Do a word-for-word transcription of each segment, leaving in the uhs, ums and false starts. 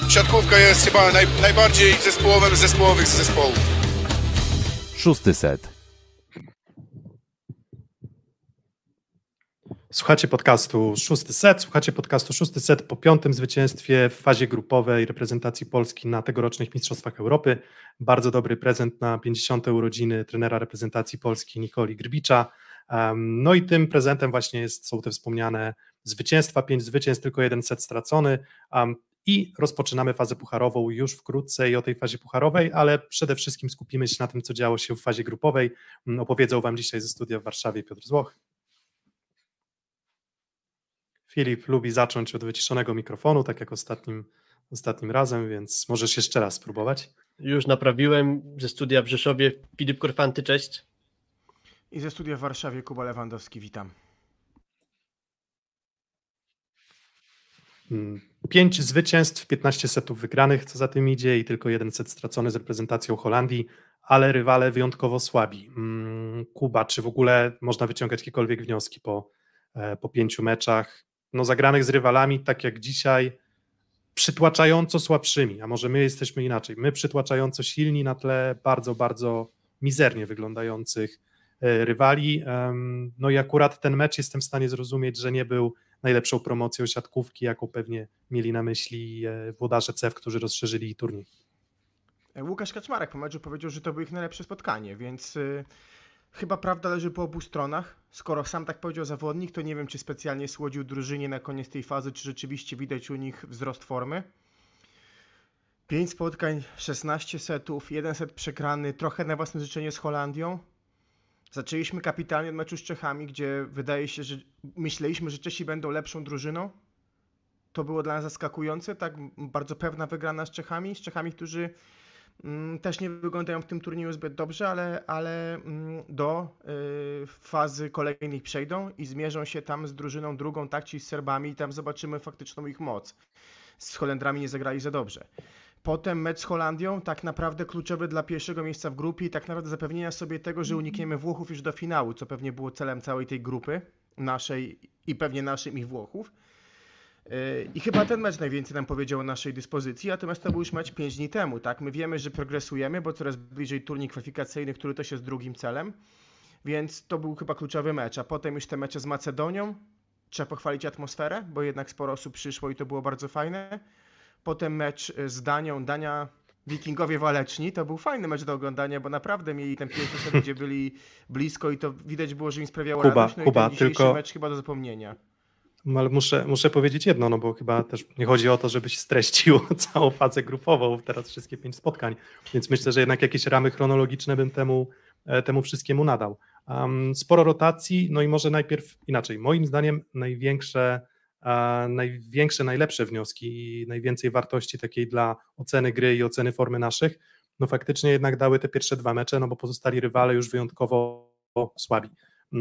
siatkówka jest chyba naj, najbardziej zespołowym z zespołowych z zespołów. Szósty set. Słuchacie podcastu Szósty Set, słuchacie podcastu Szósty Set po piątym zwycięstwie w fazie grupowej reprezentacji Polski na tegorocznych Mistrzostwach Europy. Bardzo dobry prezent na pięćdziesiąte urodziny trenera reprezentacji Polski Nikoli Grbicza. No i tym prezentem właśnie jest, są te wspomniane zwycięstwa, pięć zwycięstw, tylko jeden set stracony. I rozpoczynamy fazę pucharową już wkrótce i o tej fazie pucharowej, ale przede wszystkim skupimy się na tym, co działo się w fazie grupowej. Opowiedzą Wam dzisiaj ze studia w Warszawie Piotr Złoch. Filip lubi zacząć od wyciszonego mikrofonu, tak jak ostatnim, ostatnim razem, więc możesz jeszcze raz spróbować. Już naprawiłem. Ze studia w Rzeszowie Filip Korfanty, cześć. I ze studia w Warszawie Kuba Lewandowski, witam. Pięć zwycięstw, piętnaście setów wygranych, co za tym idzie, i tylko jeden set stracony z reprezentacją Holandii, ale rywale wyjątkowo słabi. Kuba, czy w ogóle można wyciągać jakiekolwiek wnioski po, po pięciu meczach? No, zagranych z rywalami, tak jak dzisiaj, przytłaczająco słabszymi, a może my jesteśmy inaczej, my przytłaczająco silni na tle bardzo, bardzo mizernie wyglądających rywali. No i akurat ten mecz jestem w stanie zrozumieć, że nie był najlepszą promocją siatkówki, jaką pewnie mieli na myśli włodarze C E F, którzy rozszerzyli turniej. Łukasz Kaczmarek po meczu powiedział, że to było ich najlepsze spotkanie, więc y, chyba prawda leży po obu stronach. Skoro sam tak powiedział zawodnik, to nie wiem, czy specjalnie słodził drużynie na koniec tej fazy, czy rzeczywiście widać u nich wzrost formy. Pięć spotkań, szesnaście setów, jeden set przegrany, trochę na własne życzenie z Holandią. Zaczęliśmy kapitalnie od meczu z Czechami, gdzie wydaje się, że myśleliśmy, że Czesi będą lepszą drużyną. To było dla nas zaskakujące, tak bardzo pewna wygrana z Czechami, z Czechami, którzy mm, też nie wyglądają w tym turnieju zbyt dobrze, ale, ale mm, do y, fazy kolejnej przejdą i zmierzą się tam z drużyną drugą, tak, czyli z Serbami, i tam zobaczymy faktyczną ich moc. Z Holendrami nie zagrali za dobrze. Potem mecz z Holandią, tak naprawdę kluczowy dla pierwszego miejsca w grupie i tak naprawdę zapewnienia sobie tego, że unikniemy Włochów już do finału, co pewnie było celem całej tej grupy naszej i pewnie naszym i Włochów. I chyba ten mecz najwięcej nam powiedział o naszej dyspozycji, natomiast to był już mecz pięć dni temu, tak? My wiemy, że progresujemy, bo coraz bliżej turniej kwalifikacyjny, który też jest drugim celem, więc to był chyba kluczowy mecz, a potem już te mecze z Macedonią, trzeba pochwalić atmosferę, bo jednak sporo osób przyszło i to było bardzo fajne. Potem mecz z Danią, Dania Wikingowie Waleczni, to był fajny mecz do oglądania, bo naprawdę mieli ten pierwszy set, gdzie byli blisko i to widać było, że im sprawiało Kuba, radość, no Kuba, i ten dzisiejszy tylko... mecz chyba do zapomnienia. No, ale muszę, muszę powiedzieć jedno, no bo chyba też nie chodzi o to, żebyś streścił całą fazę grupową, teraz wszystkie pięć spotkań, więc myślę, że jednak jakieś ramy chronologiczne bym temu, temu wszystkiemu nadał. Um, sporo rotacji, no i może najpierw inaczej, moim zdaniem największe A największe, najlepsze wnioski i najwięcej wartości takiej dla oceny gry i oceny formy naszych, no faktycznie jednak dały te pierwsze dwa mecze, no bo pozostali rywale już wyjątkowo słabi.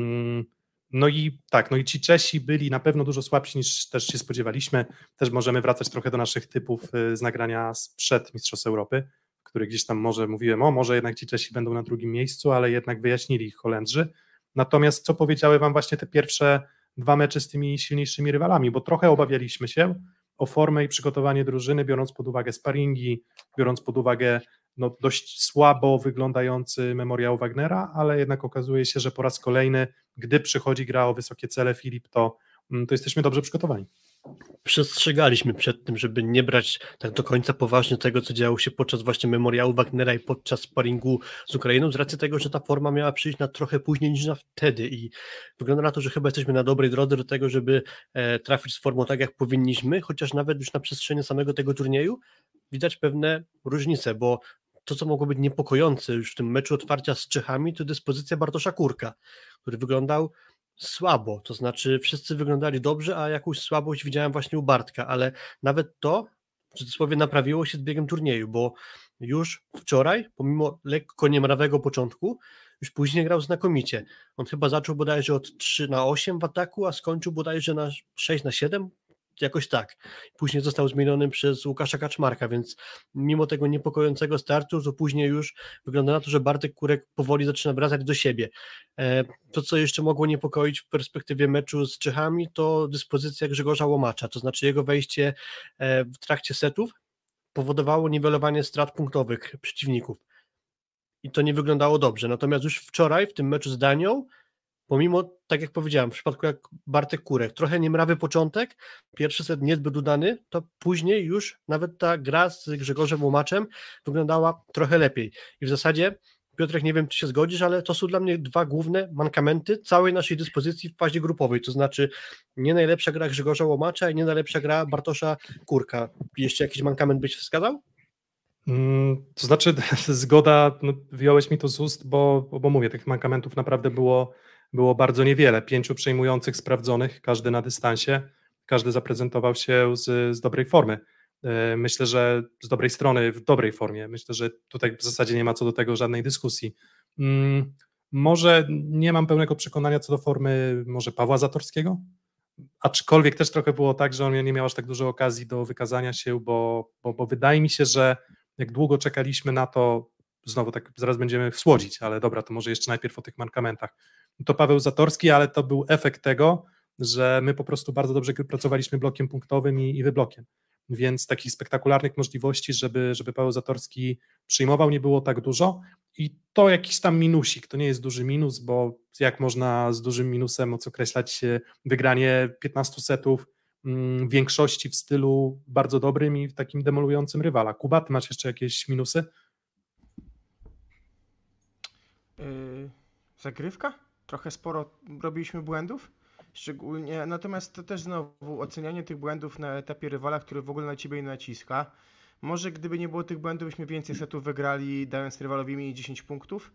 No i tak, no i ci Czesi byli na pewno dużo słabsi niż też się spodziewaliśmy, też możemy wracać trochę do naszych typów z nagrania sprzed Mistrzostw Europy, w których gdzieś tam może mówiłem, o może jednak ci Czesi będą na drugim miejscu, ale jednak wyjaśnili ich Holendrzy. Natomiast co powiedziały wam właśnie te pierwsze dwa mecze z tymi silniejszymi rywalami, bo trochę obawialiśmy się o formę i przygotowanie drużyny, biorąc pod uwagę sparingi, biorąc pod uwagę no, dość słabo wyglądający memoriał Wagnera, ale jednak okazuje się, że po raz kolejny, gdy przychodzi gra o wysokie cele, Filip, to, to jesteśmy dobrze przygotowani. Przestrzegaliśmy przed tym, żeby nie brać tak do końca poważnie tego, co działo się podczas właśnie memoriału Wagnera i podczas sparingu z Ukrainą, z racji tego, że ta forma miała przyjść na trochę później niż na wtedy i wygląda na to, że chyba jesteśmy na dobrej drodze do tego, żeby e, trafić z formą tak, jak powinniśmy, chociaż nawet już na przestrzeni samego tego turnieju widać pewne różnice, bo to, co mogło być niepokojące już w tym meczu otwarcia z Czechami, to dyspozycja Bartosza Kurka, który wyglądał słabo, to znaczy wszyscy wyglądali dobrze, a jakąś słabość widziałem właśnie u Bartka, ale nawet to w cudzysłowie naprawiło się z biegiem turnieju, bo już wczoraj, pomimo lekko niemrawego początku, już później grał znakomicie. On chyba zaczął bodajże od trzy na osiem w ataku, a skończył bodajże na sześć na siedem, jakoś tak. Później został zmieniony przez Łukasza Kaczmarka, więc mimo tego niepokojącego startu, to później już wygląda na to, że Bartek Kurek powoli zaczyna wracać do siebie. To, co jeszcze mogło niepokoić w perspektywie meczu z Czechami, to dyspozycja Grzegorza Łomacza, to znaczy jego wejście w trakcie setów, powodowało niwelowanie strat punktowych przeciwników. I to nie wyglądało dobrze. Natomiast już wczoraj w tym meczu z Danią, pomimo, tak jak powiedziałem, w przypadku jak Bartek Kurek, trochę niemrawy początek, pierwszy set niezbyt udany, to później już nawet ta gra z Grzegorzem Łomaczem wyglądała trochę lepiej. I w zasadzie, Piotrek, nie wiem, czy się zgodzisz, ale to są dla mnie dwa główne mankamenty całej naszej dyspozycji w fazie grupowej, to znaczy nie najlepsza gra Grzegorza Łomacza i nie najlepsza gra Bartosza Kurka. Jeszcze jakiś mankament byś wskazał? Mm, to znaczy, zgoda, no, wyjąłeś mi to z ust, bo, bo, bo mówię, tych mankamentów naprawdę było, było bardzo niewiele. Pięciu przejmujących, sprawdzonych, każdy na dystansie, każdy zaprezentował się z, z dobrej formy. Myślę, że z dobrej strony, w dobrej formie. Myślę, że tutaj w zasadzie nie ma co do tego żadnej dyskusji. Hmm, może nie mam pełnego przekonania co do formy może Pawła Zatorskiego, aczkolwiek też trochę było tak, że on nie miał aż tak dużo okazji do wykazania się, bo, bo, bo wydaje mi się, że jak długo czekaliśmy na to, znowu tak zaraz będziemy słodzić, ale dobra, to może jeszcze najpierw o tych mankamentach. To Paweł Zatorski, ale to był efekt tego, że my po prostu bardzo dobrze pracowaliśmy blokiem punktowym i, i wyblokiem. Więc takich spektakularnych możliwości, żeby, żeby Paweł Zatorski przyjmował, nie było tak dużo i to jakiś tam minusik, to nie jest duży minus, bo jak można z dużym minusem określać wygranie piętnastu setów w większości w stylu bardzo dobrym i w takim demolującym rywala. Kuba, ty masz jeszcze jakieś minusy? Yy, zagrywka? Trochę sporo robiliśmy błędów. Szczególnie, natomiast to też znowu ocenianie tych błędów na etapie rywala, który w ogóle na ciebie nie naciska. Może gdyby nie było tych błędów, byśmy więcej setów wygrali, dając rywalowi mniej dziesięć punktów,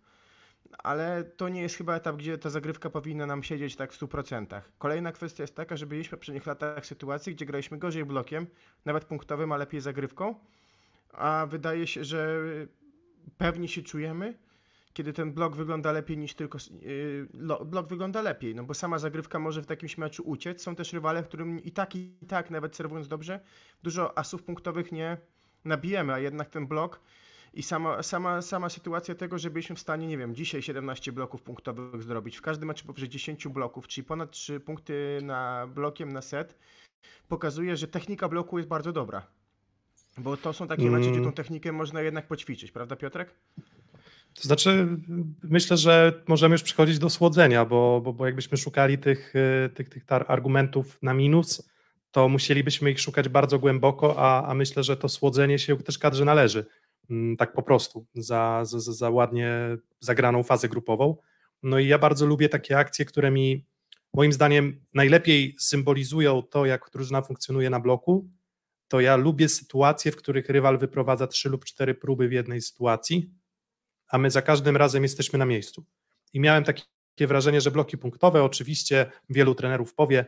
ale to nie jest chyba etap, gdzie ta zagrywka powinna nam siedzieć tak w stu procentach. Kolejna kwestia jest taka, że byliśmy w poprzednich latach sytuacji, gdzie graliśmy gorzej blokiem, nawet punktowym, a lepiej zagrywką, a wydaje się, że pewnie się czujemy, kiedy ten blok wygląda lepiej niż tylko... Yy, blok wygląda lepiej, no bo sama zagrywka może w takimś meczu uciec. Są też rywale, w którym i tak, i tak, nawet serwując dobrze, dużo asów punktowych nie nabijemy, a jednak ten blok i sama, sama, sama sytuacja tego, że byliśmy w stanie, nie wiem, dzisiaj siedemnaście bloków punktowych zrobić, w każdym meczu powyżej dziesięć bloków, czyli ponad trzy punkty na blokiem na set, pokazuje, że technika bloku jest bardzo dobra. Bo to są takie mm. mecze, gdzie tą technikę można jednak poćwiczyć, prawda, Piotrek? To znaczy, myślę, że możemy już przechodzić do słodzenia, bo, bo, bo jakbyśmy szukali tych, tych, tych argumentów na minus, to musielibyśmy ich szukać bardzo głęboko, a, a myślę, że to słodzenie się też kadrze należy, tak po prostu, za, za, za ładnie zagraną fazę grupową. No i ja bardzo lubię takie akcje, które mi moim zdaniem najlepiej symbolizują to, jak drużyna funkcjonuje na bloku. To ja lubię sytuacje, w których rywal wyprowadza trzy lub cztery próby w jednej sytuacji, a my za każdym razem jesteśmy na miejscu. I miałem takie wrażenie, że bloki punktowe, oczywiście wielu trenerów powie,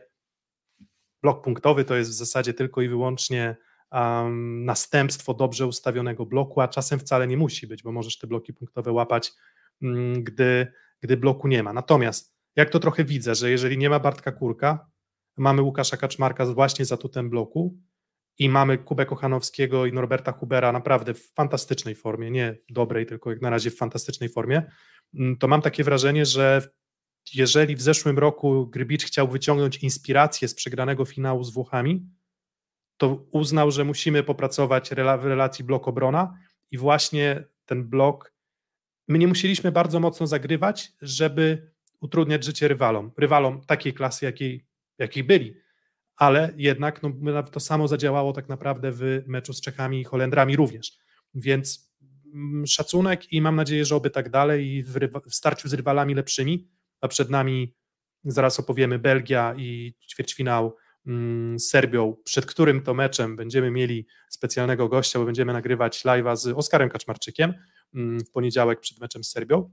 blok punktowy to jest w zasadzie tylko i wyłącznie um, następstwo dobrze ustawionego bloku, a czasem wcale nie musi być, bo możesz te bloki punktowe łapać, um, gdy, gdy bloku nie ma. Natomiast jak to trochę widzę, że jeżeli nie ma Bartka Kurka, mamy Łukasza Kaczmarka właśnie za atutem bloku, i mamy Kubę Kochanowskiego i Norberta Hubera naprawdę w fantastycznej formie, nie dobrej, tylko jak na razie w fantastycznej formie, to mam takie wrażenie, że jeżeli w zeszłym roku Grybicz chciał wyciągnąć inspirację z przegranego finału z Włochami, to uznał, że musimy popracować w relacji blok-obrona i właśnie ten blok, my nie musieliśmy bardzo mocno zagrywać, żeby utrudniać życie rywalom, rywalom takiej klasy, jakiej, jakiej byli. Ale jednak no, to samo zadziałało tak naprawdę w meczu z Czechami i Holendrami również. Więc szacunek i mam nadzieję, że oby tak dalej i w, rywa, w starciu z rywalami lepszymi, a przed nami zaraz opowiemy Belgia i ćwierćfinał mm, z Serbią, przed którym to meczem będziemy mieli specjalnego gościa, bo będziemy nagrywać live'a z Oskarem Kaczmarczykiem mm, w poniedziałek przed meczem z Serbią.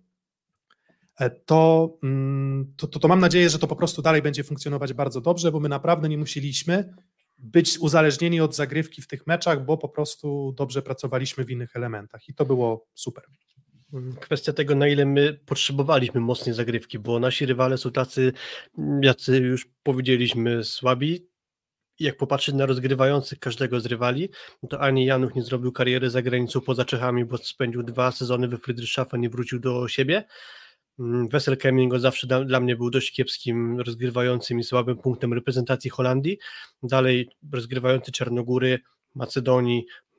To, to, to, to mam nadzieję, że to po prostu dalej będzie funkcjonować bardzo dobrze, bo my naprawdę nie musieliśmy być uzależnieni od zagrywki w tych meczach, bo po prostu dobrze pracowaliśmy w innych elementach i to było super. Kwestia tego, na ile my potrzebowaliśmy mocnej zagrywki, bo nasi rywale są tacy, jacy już powiedzieliśmy, słabi. Jak popatrzeć na rozgrywających każdego z rywali, to ani Januch nie zrobił kariery za granicą poza Czechami, bo spędził dwa sezony we Friedrichshafen i wrócił do siebie. Wessel Kemmingo zawsze da, dla mnie był dość kiepskim rozgrywającym i słabym punktem reprezentacji Holandii. Dalej rozgrywający Czarnogóry, Macedonii,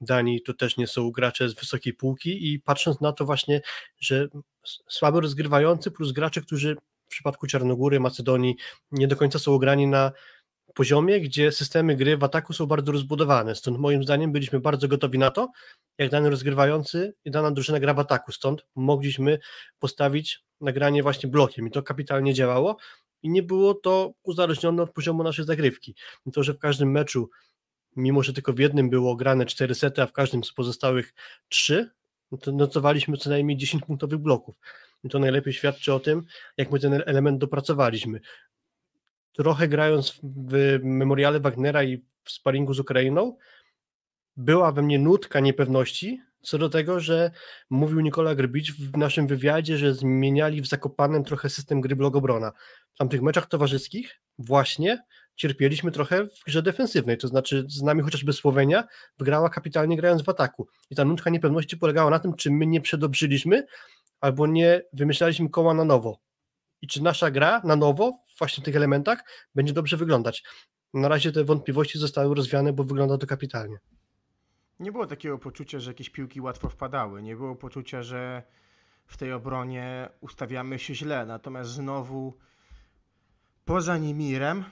Dani to też nie są gracze z wysokiej półki i patrząc na to właśnie, że słaby rozgrywający plus gracze, którzy w przypadku Czarnogóry, Macedonii nie do końca są ograni na poziomie, gdzie systemy gry w ataku są bardzo rozbudowane, stąd moim zdaniem byliśmy bardzo gotowi na to, jak dany rozgrywający i dana drużyna gra w ataku, stąd mogliśmy postawić nagranie właśnie blokiem i to kapitalnie działało i nie było to uzależnione od poziomu naszej zagrywki. I to, że w każdym meczu, mimo że tylko w jednym było grane cztery sety, a w każdym z pozostałych trzy, no to notowaliśmy co najmniej dziesięć punktowych bloków. I to najlepiej świadczy o tym, jak my ten element dopracowaliśmy. Trochę grając w Memoriale Wagnera i w sparingu z Ukrainą, była we mnie nutka niepewności co do tego, że mówił Nikola Grbicz w naszym wywiadzie, że zmieniali w Zakopanem trochę system gry Blogobrona. W tamtych meczach towarzyskich właśnie cierpieliśmy trochę w grze defensywnej, to znaczy z nami chociażby Słowenia wygrała kapitalnie grając w ataku. I ta nutka niepewności polegała na tym, czy my nie przedobrzyliśmy albo nie wymyślaliśmy koła na nowo. I czy nasza gra na nowo właśnie w tych elementach będzie dobrze wyglądać. Na razie te wątpliwości zostały rozwiane, bo wygląda to kapitalnie. Nie było takiego poczucia, że jakieś piłki łatwo wpadały. Nie było poczucia, że w tej obronie ustawiamy się źle. Natomiast znowu poza Nimirem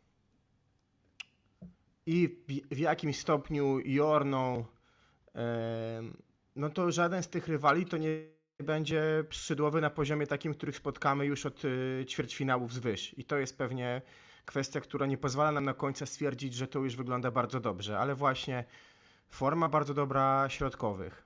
i w jakimś stopniu Jorną, no to żaden z tych rywali to nie będzie skrzydłowy na poziomie takim, których spotkamy już od ćwierćfinałów wzwyż. I to jest pewnie kwestia, która nie pozwala nam na końca stwierdzić, że to już wygląda bardzo dobrze. Ale właśnie forma bardzo dobra środkowych.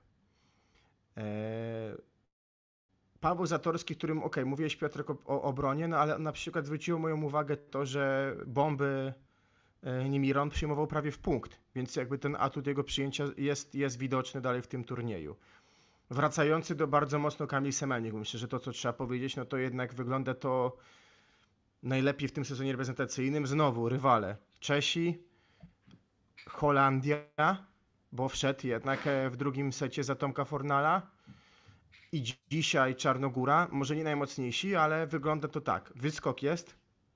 Paweł Zatorski, którym, ok, mówiłeś Piotrek o, o obronie, no ale na przykład zwróciło moją uwagę to, że bomby Nimiron przyjmował prawie w punkt, więc jakby ten atut jego przyjęcia jest, jest widoczny dalej w tym turnieju. Wracający do bardzo mocno Kamil Semeniuk, myślę, że to, co trzeba powiedzieć, no to jednak wygląda to najlepiej w tym sezonie reprezentacyjnym. Znowu rywale Czesi, Holandia, bo wszedł jednak w drugim secie za Tomka Fornala i dzisiaj Czarnogóra, może nie najmocniejsi, ale wygląda to tak. Wyskok jest,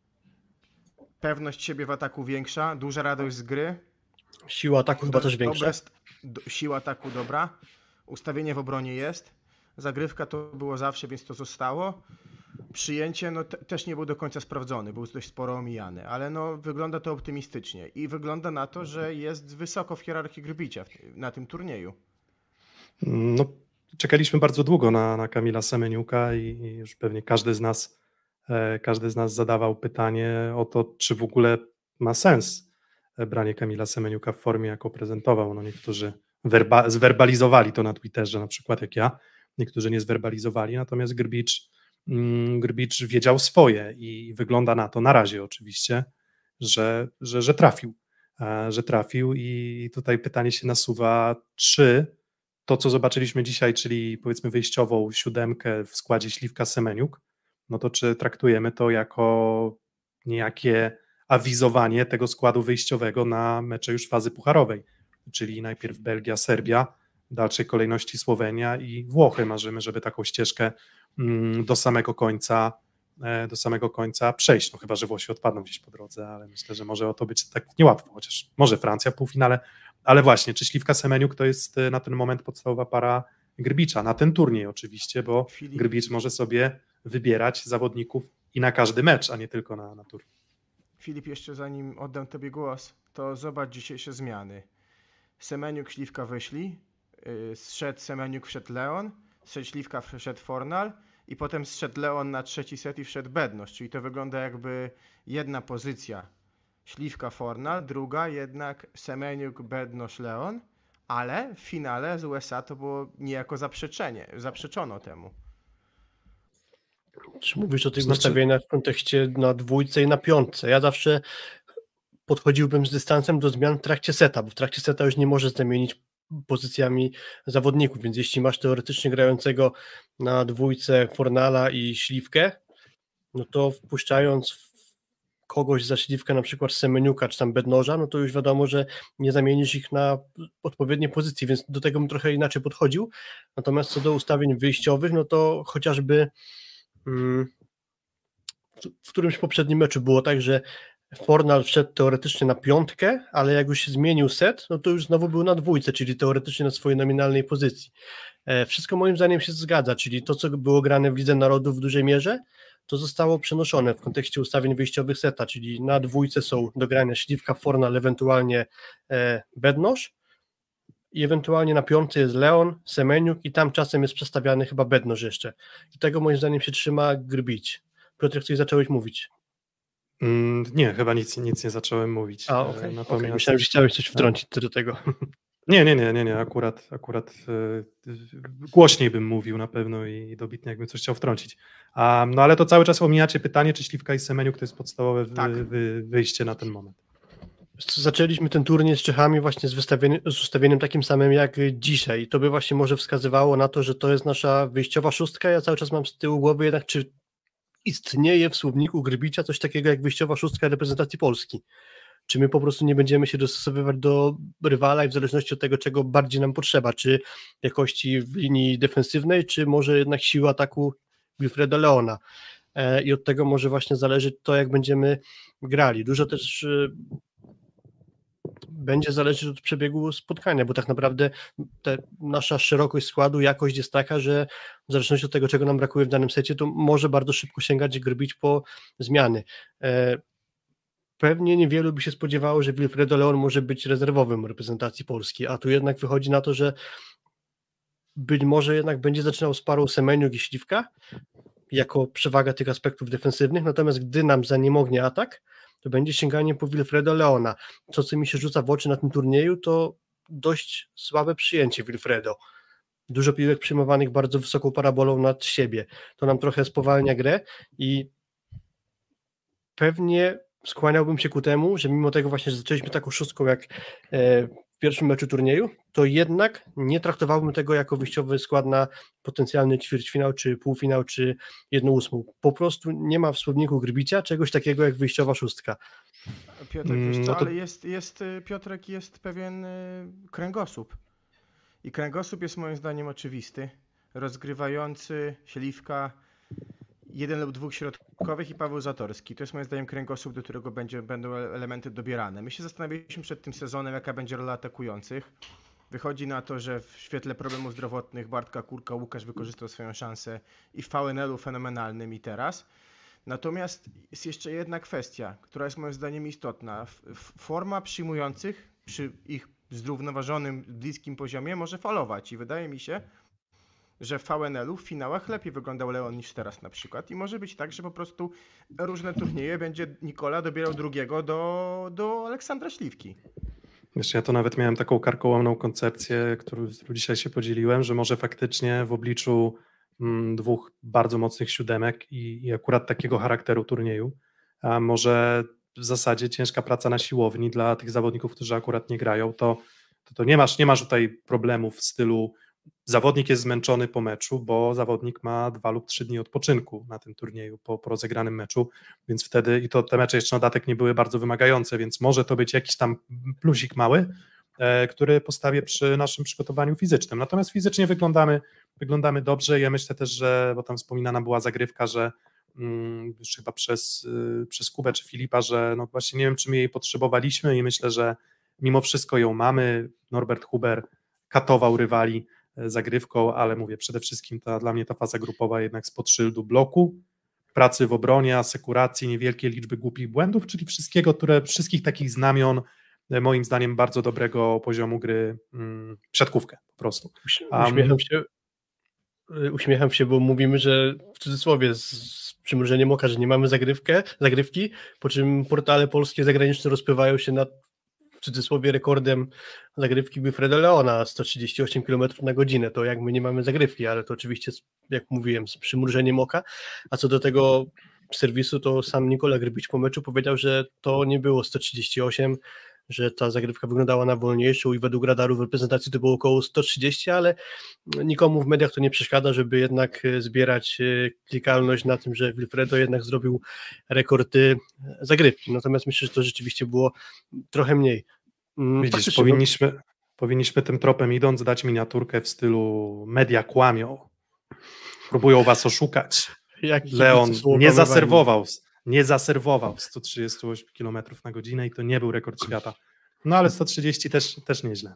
pewność siebie w ataku większa, duża radość z gry. Siła ataku chyba też większa. Dobre, do, siła ataku dobra, ustawienie w obronie jest, zagrywka to było zawsze, więc to zostało. Przyjęcie no, te, też nie był do końca sprawdzony, był dość sporo omijany, ale no, wygląda to optymistycznie i wygląda na to, że jest wysoko w hierarchii Grbicia na tym turnieju. No, czekaliśmy bardzo długo na, na Kamila Semeniuka i, i już pewnie każdy z nas e, każdy z nas zadawał pytanie o to, czy w ogóle ma sens branie Kamila Semeniuka w formie, jaką prezentował. No, niektórzy werba, zwerbalizowali to na Twitterze, na przykład jak ja, niektórzy nie zwerbalizowali, natomiast Grbicz Grbicz wiedział swoje i wygląda na to, na razie oczywiście, że, że, że trafił, że trafił i tutaj pytanie się nasuwa, czy to, co zobaczyliśmy dzisiaj, czyli powiedzmy wyjściową siódemkę w składzie Śliwka Semeniuk, no to czy traktujemy to jako niejakie awizowanie tego składu wyjściowego na mecze już fazy pucharowej, czyli najpierw Belgia, Serbia, w dalszej kolejności Słowenia i Włochy. Marzymy, żeby taką ścieżkę do samego końca do samego końca przejść, no chyba, że Włosi odpadną gdzieś po drodze, ale myślę, że może o to być tak niełatwo, chociaż może Francja w półfinale, ale właśnie, czy Śliwka Semeniuk to jest na ten moment podstawowa para Grbicza, na ten turniej oczywiście, bo Filip. Grbicz może sobie wybierać zawodników i na każdy mecz, a nie tylko na, na turniej. Filip, jeszcze zanim oddam Tobie głos, to zobacz dzisiejsze zmiany. Semeniuk, Śliwka wyszli, yy, zszedł Semeniuk, wszedł Leon, zszedł Śliwka, wszedł Fornal i potem zszedł Leon na trzeci set i wszedł Bednosz, czyli to wygląda jakby jedna pozycja Śliwka, Fornal, druga jednak Semeniuk, Bednosz, Leon, ale w finale z U S A to było niejako zaprzeczenie, zaprzeczono temu. Czy mówisz o tych Znaczy- ustawieniach w kontekście na dwójce i na piątce? Ja zawsze podchodziłbym z dystansem do zmian w trakcie seta, bo w trakcie seta już nie możesz zamienić pozycjami zawodników, więc jeśli masz teoretycznie grającego na dwójce Fornala i Śliwkę, no to wpuszczając kogoś za Śliwkę, na przykład Semeniuka czy tam Bednoża, no to już wiadomo, że nie zamienisz ich na odpowiednie pozycje, więc do tego bym trochę inaczej podchodził. Natomiast co do ustawień wyjściowych, no to chociażby mm, w którymś poprzednim meczu było tak, że Fornal wszedł teoretycznie na piątkę, ale jak już się zmienił set, no to już znowu był na dwójce, czyli teoretycznie na swojej nominalnej pozycji. Wszystko moim zdaniem się zgadza, czyli to, co było grane w Lidze Narodów w dużej mierze, to zostało przenoszone w kontekście ustawień wyjściowych seta, czyli na dwójce są do grania Śliwka, Fornal, ewentualnie Bednosz i ewentualnie na piątce jest Leon, Semeniuk i tam czasem jest przestawiany chyba Bednosz jeszcze. I tego moim zdaniem się trzyma Grbić. Piotr, coś zacząłeś mówić? Mm, nie, chyba nic, nic nie zacząłem mówić. A, okej. Okay. Natomiast... okay. Myślałem, że chciałeś coś wtrącić do tego. Nie, nie, nie, nie, nie. Akurat, akurat yy, głośniej bym mówił na pewno i dobitnie jakbym coś chciał wtrącić. A, no ale to cały czas omijacie pytanie, czy Śliwka i Semeniuk to jest podstawowe tak. wy, wy, wyjście na ten moment. Zaczęliśmy ten turniej z Czechami właśnie z, z ustawieniem takim samym jak dzisiaj. To by właśnie może wskazywało na to, że to jest nasza wyjściowa szóstka. Ja cały czas mam z tyłu głowy jednak, czy istnieje w słowniku Grbicia coś takiego jak wyjściowa szóstka reprezentacji Polski. Czy my po prostu nie będziemy się dostosowywać do rywala i w zależności od tego, czego bardziej nam potrzeba, czy jakości w linii defensywnej, czy może jednak siły ataku Wilfreda Leona. I od tego może właśnie zależeć to, jak będziemy grali. Dużo też będzie zależeć od przebiegu spotkania, bo tak naprawdę te, nasza szerokość składu, jakość jest taka, że w zależności od tego, czego nam brakuje w danym secie, to może bardzo szybko sięgać i Grbić po zmiany. Pewnie niewielu by się spodziewało, że Wilfredo Leon może być rezerwowym reprezentacji Polski, a tu jednak wychodzi na to, że być może jednak będzie zaczynał z parą Semeniuk i Śliwka jako przewaga tych aspektów defensywnych, natomiast gdy nam zaniemognie atak, to będzie sięganie po Wilfredo Leona. To, co mi się rzuca w oczy na tym turnieju, to dość słabe przyjęcie Wilfredo. Dużo piłek przyjmowanych bardzo wysoką parabolą nad siebie. To nam trochę spowalnia grę i pewnie skłaniałbym się ku temu, że mimo tego właśnie, że zaczęliśmy taką szóstką jak w pierwszym meczu turnieju, to jednak nie traktowałbym tego jako wyjściowy skład na potencjalny ćwierćfinał, czy półfinał, czy jedną ósmą. Po prostu nie ma w słowniku Grbicia czegoś takiego jak wyjściowa szóstka. Piotrek, wiesz co, no to... ale jest, jest, Piotrek, jest pewien kręgosłup. I kręgosłup jest moim zdaniem oczywisty. Rozgrywający Śliwka, jeden lub dwóch środkowych i Paweł Zatorski. To jest moim zdaniem kręgosłup, do którego będzie, będą elementy dobierane. My się zastanawialiśmy przed tym sezonem, jaka będzie rola atakujących. Wychodzi na to, że w świetle problemów zdrowotnych Bartka Kurka Łukasz wykorzystał swoją szansę i w V N L-u fenomenalnym i teraz. Natomiast jest jeszcze jedna kwestia, która jest moim zdaniem istotna. Forma przyjmujących przy ich zrównoważonym, bliskim poziomie może falować i wydaje mi się, że w V N L-u w finałach lepiej wyglądał Leon niż teraz na przykład i może być tak, że po prostu różne turnieje będzie Nikola dobierał drugiego do, do Aleksandra Śliwki. Wiesz, ja to nawet miałem taką karkołomną koncepcję, którą, którą dzisiaj się podzieliłem, że może faktycznie w obliczu mm, dwóch bardzo mocnych siódemek i, i akurat takiego charakteru turnieju, a może w zasadzie ciężka praca na siłowni dla tych zawodników, którzy akurat nie grają, to, to, to nie masz, nie masz tutaj problemów w stylu zawodnik jest zmęczony po meczu, bo zawodnik ma dwa lub trzy dni odpoczynku na tym turnieju po, po rozegranym meczu, więc wtedy, i to te mecze jeszcze na dodatek nie były bardzo wymagające, więc może to być jakiś tam plusik mały, e, który postawię przy naszym przygotowaniu fizycznym. Natomiast fizycznie wyglądamy, wyglądamy dobrze. Ja myślę też, że, bo tam wspominana była zagrywka, że mm, już chyba przez, y, przez Kubę czy Filipa, że no właśnie nie wiem, czy my jej potrzebowaliśmy i myślę, że mimo wszystko ją mamy. Norbert Huber katował rywali zagrywką, ale mówię, przede wszystkim ta, dla mnie ta faza grupowa jednak spod szyldu bloku, pracy w obronie, asekuracji, niewielkiej liczby głupich błędów, czyli wszystkiego, które, wszystkich takich znamion moim zdaniem bardzo dobrego poziomu gry um, w siatkówkę po prostu. Um, uśmiecham się, uśmiecham się, bo mówimy, że w cudzysłowie z, z przymrużeniem oka, że nie mamy zagrywkę, zagrywki, po czym portale polskie zagraniczne rozpływają się nad w cudzysłowie rekordem zagrywki Wilfreda Leona sto trzydzieści osiem kilometrów na godzinę, to jak my nie mamy zagrywki, ale to oczywiście, jak mówiłem, z przymrużeniem oka, a co do tego serwisu, to sam Nikola Grbić po meczu powiedział, że to nie było sto trzydzieści osiem, że ta zagrywka wyglądała na wolniejszą i według radaru w reprezentacji to było około sto trzydzieści, ale nikomu w mediach to nie przeszkadza, żeby jednak zbierać klikalność na tym, że Wilfredo jednak zrobił rekord zagrywki. Natomiast myślę, że to rzeczywiście było trochę mniej. Widzisz, powinniśmy, powinniśmy tym tropem idąc dać miniaturkę w stylu media kłamią, próbują was oszukać. Jak Leon nie zaserwował, nie zaserwował sto trzydzieści osiem kilometrów na godzinę i to nie był rekord świata. No ale sto trzydzieści też, też nieźle.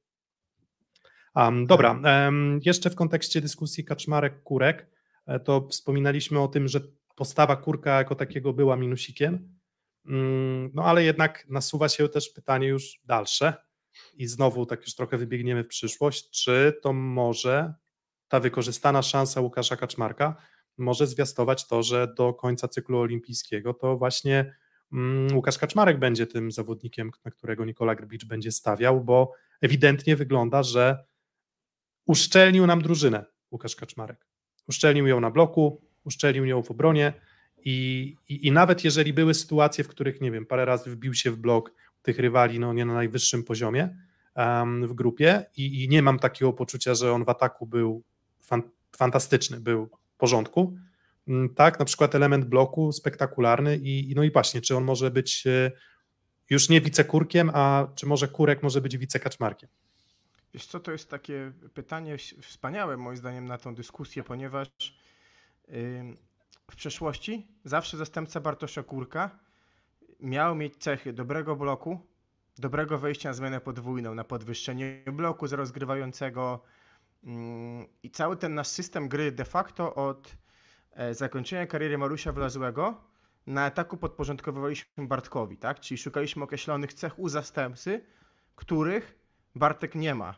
Um, dobra, um, jeszcze w kontekście dyskusji Kaczmarek-Kurek, to wspominaliśmy o tym, że postawa Kurka jako takiego była minusikiem, um, no ale jednak nasuwa się też pytanie już dalsze i znowu tak już trochę wybiegniemy w przyszłość, czy to może ta wykorzystana szansa Łukasza Kaczmarka może zwiastować to, że do końca cyklu olimpijskiego to właśnie um, Łukasz Kaczmarek będzie tym zawodnikiem, na którego Nikola Grbicz będzie stawiał, bo ewidentnie wygląda, że uszczelnił nam drużynę Łukasz Kaczmarek. Uszczelnił ją na bloku, uszczelnił ją w obronie i, i, i nawet jeżeli były sytuacje, w których, nie wiem, parę razy wbił się w blok tych rywali, no nie na najwyższym poziomie um, w grupie i, i nie mam takiego poczucia, że on w ataku był fan, fantastyczny, był w porządku. Tak, na przykład element bloku spektakularny i, i no i właśnie, czy on może być już nie wicekurkiem, a czy może Kurek może być wicekaczmarkiem? Wiesz co, to jest takie pytanie wspaniałe moim zdaniem na tą dyskusję, ponieważ yy, w przeszłości zawsze zastępca Bartosza Kurka miał mieć cechy dobrego bloku, dobrego wejścia na zmianę podwójną, na podwyższenie bloku za rozgrywającego yy, i cały ten nasz system gry de facto od e, zakończenia kariery Mariusza Wlazłego na ataku podporządkowywaliśmy Bartkowi, tak? Czyli szukaliśmy określonych cech u zastępcy, których Bartek nie ma.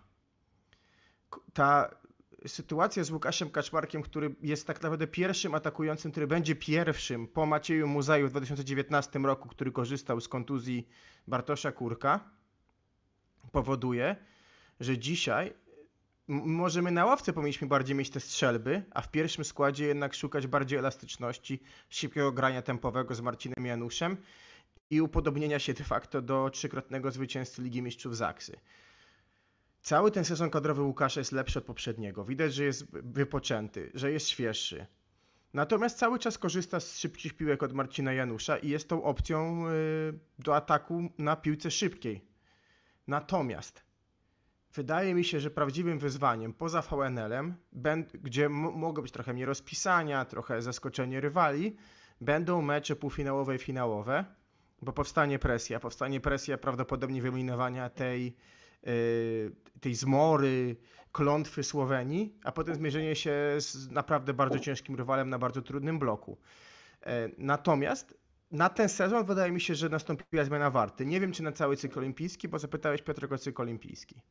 Ta sytuacja z Łukaszem Kaczmarkiem, który jest tak naprawdę pierwszym atakującym, który będzie pierwszym po Macieju Muzaju w dwa tysiące dziewiętnastym roku, który korzystał z kontuzji Bartosza Kurka, powoduje, że dzisiaj może my na ławce powinniśmy bardziej mieć te strzelby, a w pierwszym składzie jednak szukać bardziej elastyczności, szybkiego grania tempowego z Marcinem Januszem i upodobnienia się de facto do trzykrotnego zwycięzcy Ligi Mistrzów Zaksy. Cały ten sezon kadrowy Łukasza jest lepszy od poprzedniego. Widać, że jest wypoczęty, że jest świeższy. Natomiast cały czas korzysta z szybkich piłek od Marcina Janusza i jest tą opcją do ataku na piłce szybkiej. Natomiast wydaje mi się, że prawdziwym wyzwaniem poza V N L-em, gdzie m- mogą być trochę nierozpisania, trochę zaskoczenie rywali, będą mecze półfinałowe i finałowe, bo powstanie presja. Powstanie presja prawdopodobnie wyeliminowania tej tej zmory, klątwy Słowenii, a potem zmierzenie się z naprawdę bardzo ciężkim rywalem na bardzo trudnym bloku. Natomiast na ten sezon wydaje mi się, że nastąpiła zmiana warty. Nie wiem, czy na cały cykl olimpijski, bo zapytałeś Piotrek o cykl olimpijski.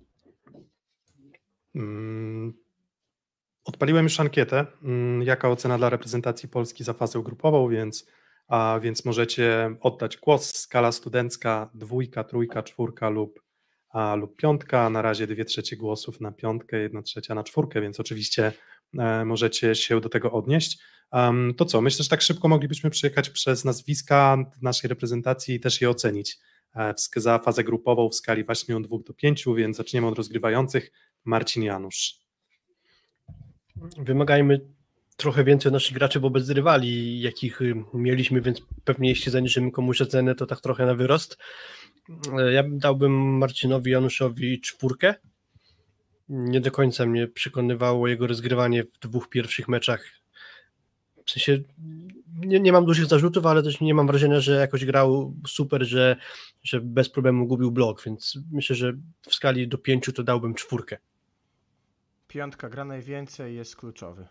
Hmm. Odpaliłem już ankietę, hmm, jaka ocena dla reprezentacji Polski za fazę grupową, więc, a, więc możecie oddać głos. Skala studencka, dwójka, trójka, czwórka lub A, lub piątka, na razie dwie trzecie głosów na piątkę, jedna trzecia na czwórkę, więc oczywiście e, możecie się do tego odnieść. Um, to co, myślę, że tak szybko moglibyśmy przejechać przez nazwiska naszej reprezentacji i też je ocenić e, w, za fazę grupową w skali właśnie od dwóch do pięciu, więc zaczniemy od rozgrywających. Marcin Janusz. Wymagajmy trochę więcej od naszych graczy wobec rywali, jakich mieliśmy, więc pewnie jeśli zaniżymy komuś ocenę, to tak trochę na wyrost. Ja dałbym Marcinowi Januszowi czwórkę. Nie do końca mnie przekonywało jego rozgrywanie w dwóch pierwszych meczach. W sensie nie, nie mam dużych zarzutów, ale też nie mam wrażenia, że jakoś grał super, że, że bez problemu gubił blok, więc myślę, że w skali do pięciu to dałbym czwórkę. Piątka gra najwięcej, jest kluczowy.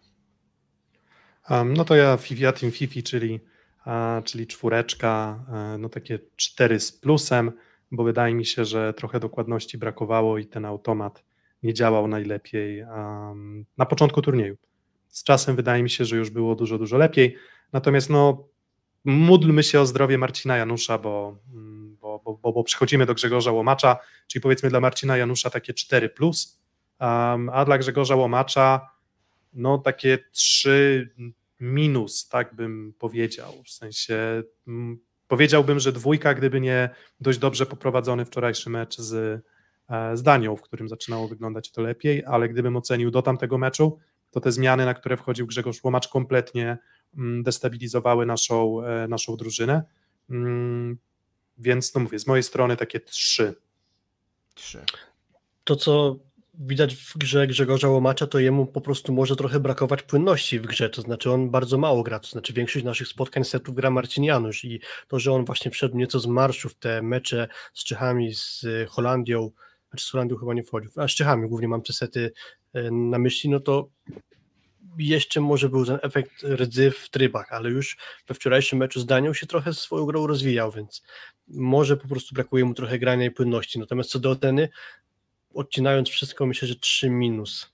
Um, no to ja Fifia Team Fifi, czyli A, czyli czwóreczka, no takie cztery z plusem, bo wydaje mi się, że trochę dokładności brakowało i ten automat nie działał najlepiej um, na początku turnieju. Z czasem wydaje mi się, że już było dużo, dużo lepiej, natomiast no módlmy się o zdrowie Marcina Janusza, bo, bo, bo, bo przechodzimy do Grzegorza Łomacza, czyli powiedzmy dla Marcina Janusza takie cztery plus, um, a dla Grzegorza Łomacza no takie trzy minus, tak bym powiedział, w sensie m, powiedziałbym, że dwójka, gdyby nie dość dobrze poprowadzony wczorajszy mecz z, e, z Danią, w którym zaczynało wyglądać to lepiej, ale gdybym ocenił do tamtego meczu, to te zmiany, na które wchodził Grzegorz Łomacz, kompletnie m, destabilizowały naszą, e, naszą drużynę, m, więc no mówię, z mojej strony takie trzy. Trzy. To, co widać w grze Grzegorza Łomacza, to jemu po prostu może trochę brakować płynności w grze, to znaczy on bardzo mało gra, to znaczy większość naszych spotkań setów gra Marcin Janusz i to, że on właśnie wszedł nieco z marszu w te mecze z Czechami, z Holandią, znaczy z Holandią chyba nie wchodził, a z Czechami głównie mam te sety na myśli, no to jeszcze może był ten efekt rdzy w trybach, ale już we wczorajszym meczu z Danią się trochę swoją grą rozwijał, więc może po prostu brakuje mu trochę grania i płynności, natomiast co do oceny, odcinając wszystko, myślę, że trzy minus.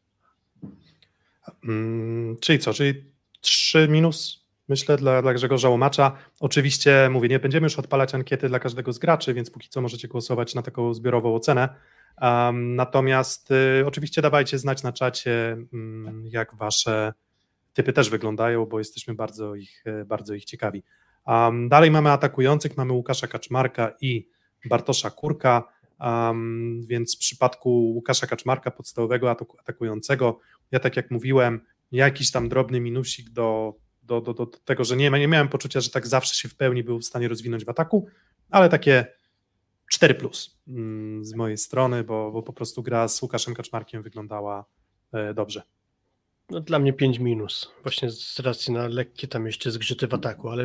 Hmm, czyli co, czyli trzy minus, myślę, dla, dla Grzegorza Łomacza. Oczywiście, mówię, nie będziemy już odpalać ankiety dla każdego z graczy, więc póki co możecie głosować na taką zbiorową ocenę. Um, natomiast y, oczywiście dawajcie znać na czacie, y, jak wasze typy też wyglądają, bo jesteśmy bardzo ich, y, bardzo ich ciekawi. Um, dalej mamy atakujących, mamy Łukasza Kaczmarka i Bartosza Kurka, um, więc w przypadku Łukasza Kaczmarka, podstawowego atakującego, ja tak jak mówiłem, jakiś tam drobny minusik do, do, do, do tego, że nie, nie miałem poczucia, że tak zawsze się w pełni był w stanie rozwinąć w ataku, ale takie cztery plus z mojej strony, bo, bo po prostu gra z Łukaszem Kaczmarkiem wyglądała dobrze. No dla mnie pięć minus, właśnie z racji na lekkie tam jeszcze zgrzyty w ataku, ale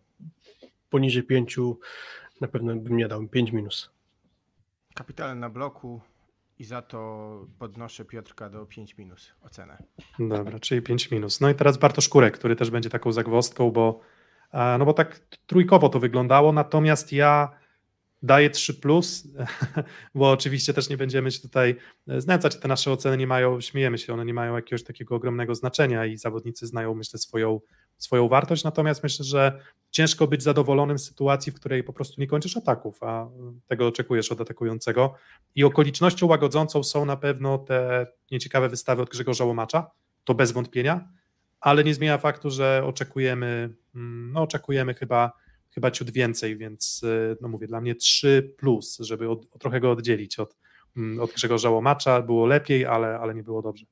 poniżej pięciu na pewno bym nie dał, pięć minus. Kapitalny na bloku i za to podnoszę Piotrka do pięć minus ocenę. Dobra, czyli pięć minus. No i teraz Bartosz Kurek, który też będzie taką zagwozdką, bo, no bo tak trójkowo to wyglądało, natomiast ja daję trzy plus, bo oczywiście też nie będziemy się tutaj znęcać, te nasze oceny nie mają, śmiejemy się, one nie mają jakiegoś takiego ogromnego znaczenia i zawodnicy znają, myślę, swoją, swoją wartość, natomiast myślę, że ciężko być zadowolonym z sytuacji, w której po prostu nie kończysz ataków, a tego oczekujesz od atakującego i okolicznością łagodzącą są na pewno te nieciekawe wystawy od Grzegorza Łomacza, to bez wątpienia, ale nie zmienia faktu, że oczekujemy, no oczekujemy chyba chyba ciut więcej, więc no mówię, dla mnie trzy plus, żeby od, trochę go oddzielić od, od Grzegorza Łomacza, było lepiej, ale, ale nie było dobrze.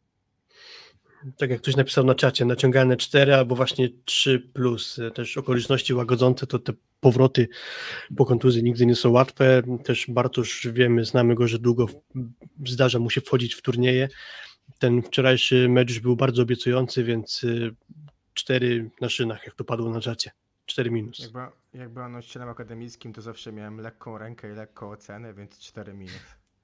Tak jak ktoś napisał na czacie, naciągane cztery albo właśnie trzy plus, też okoliczności łagodzące, to te powroty po kontuzji nigdy nie są łatwe, też Bartosz wiemy, znamy go, że długo zdarza mu się wchodzić w turnieje, ten wczorajszy mecz już był bardzo obiecujący, więc cztery na szynach, jak to padło na czacie. cztery minus. Jak, była, jak byłem nauczycielem akademickim, to zawsze miałem lekką rękę i lekką ocenę, więc cztery minus.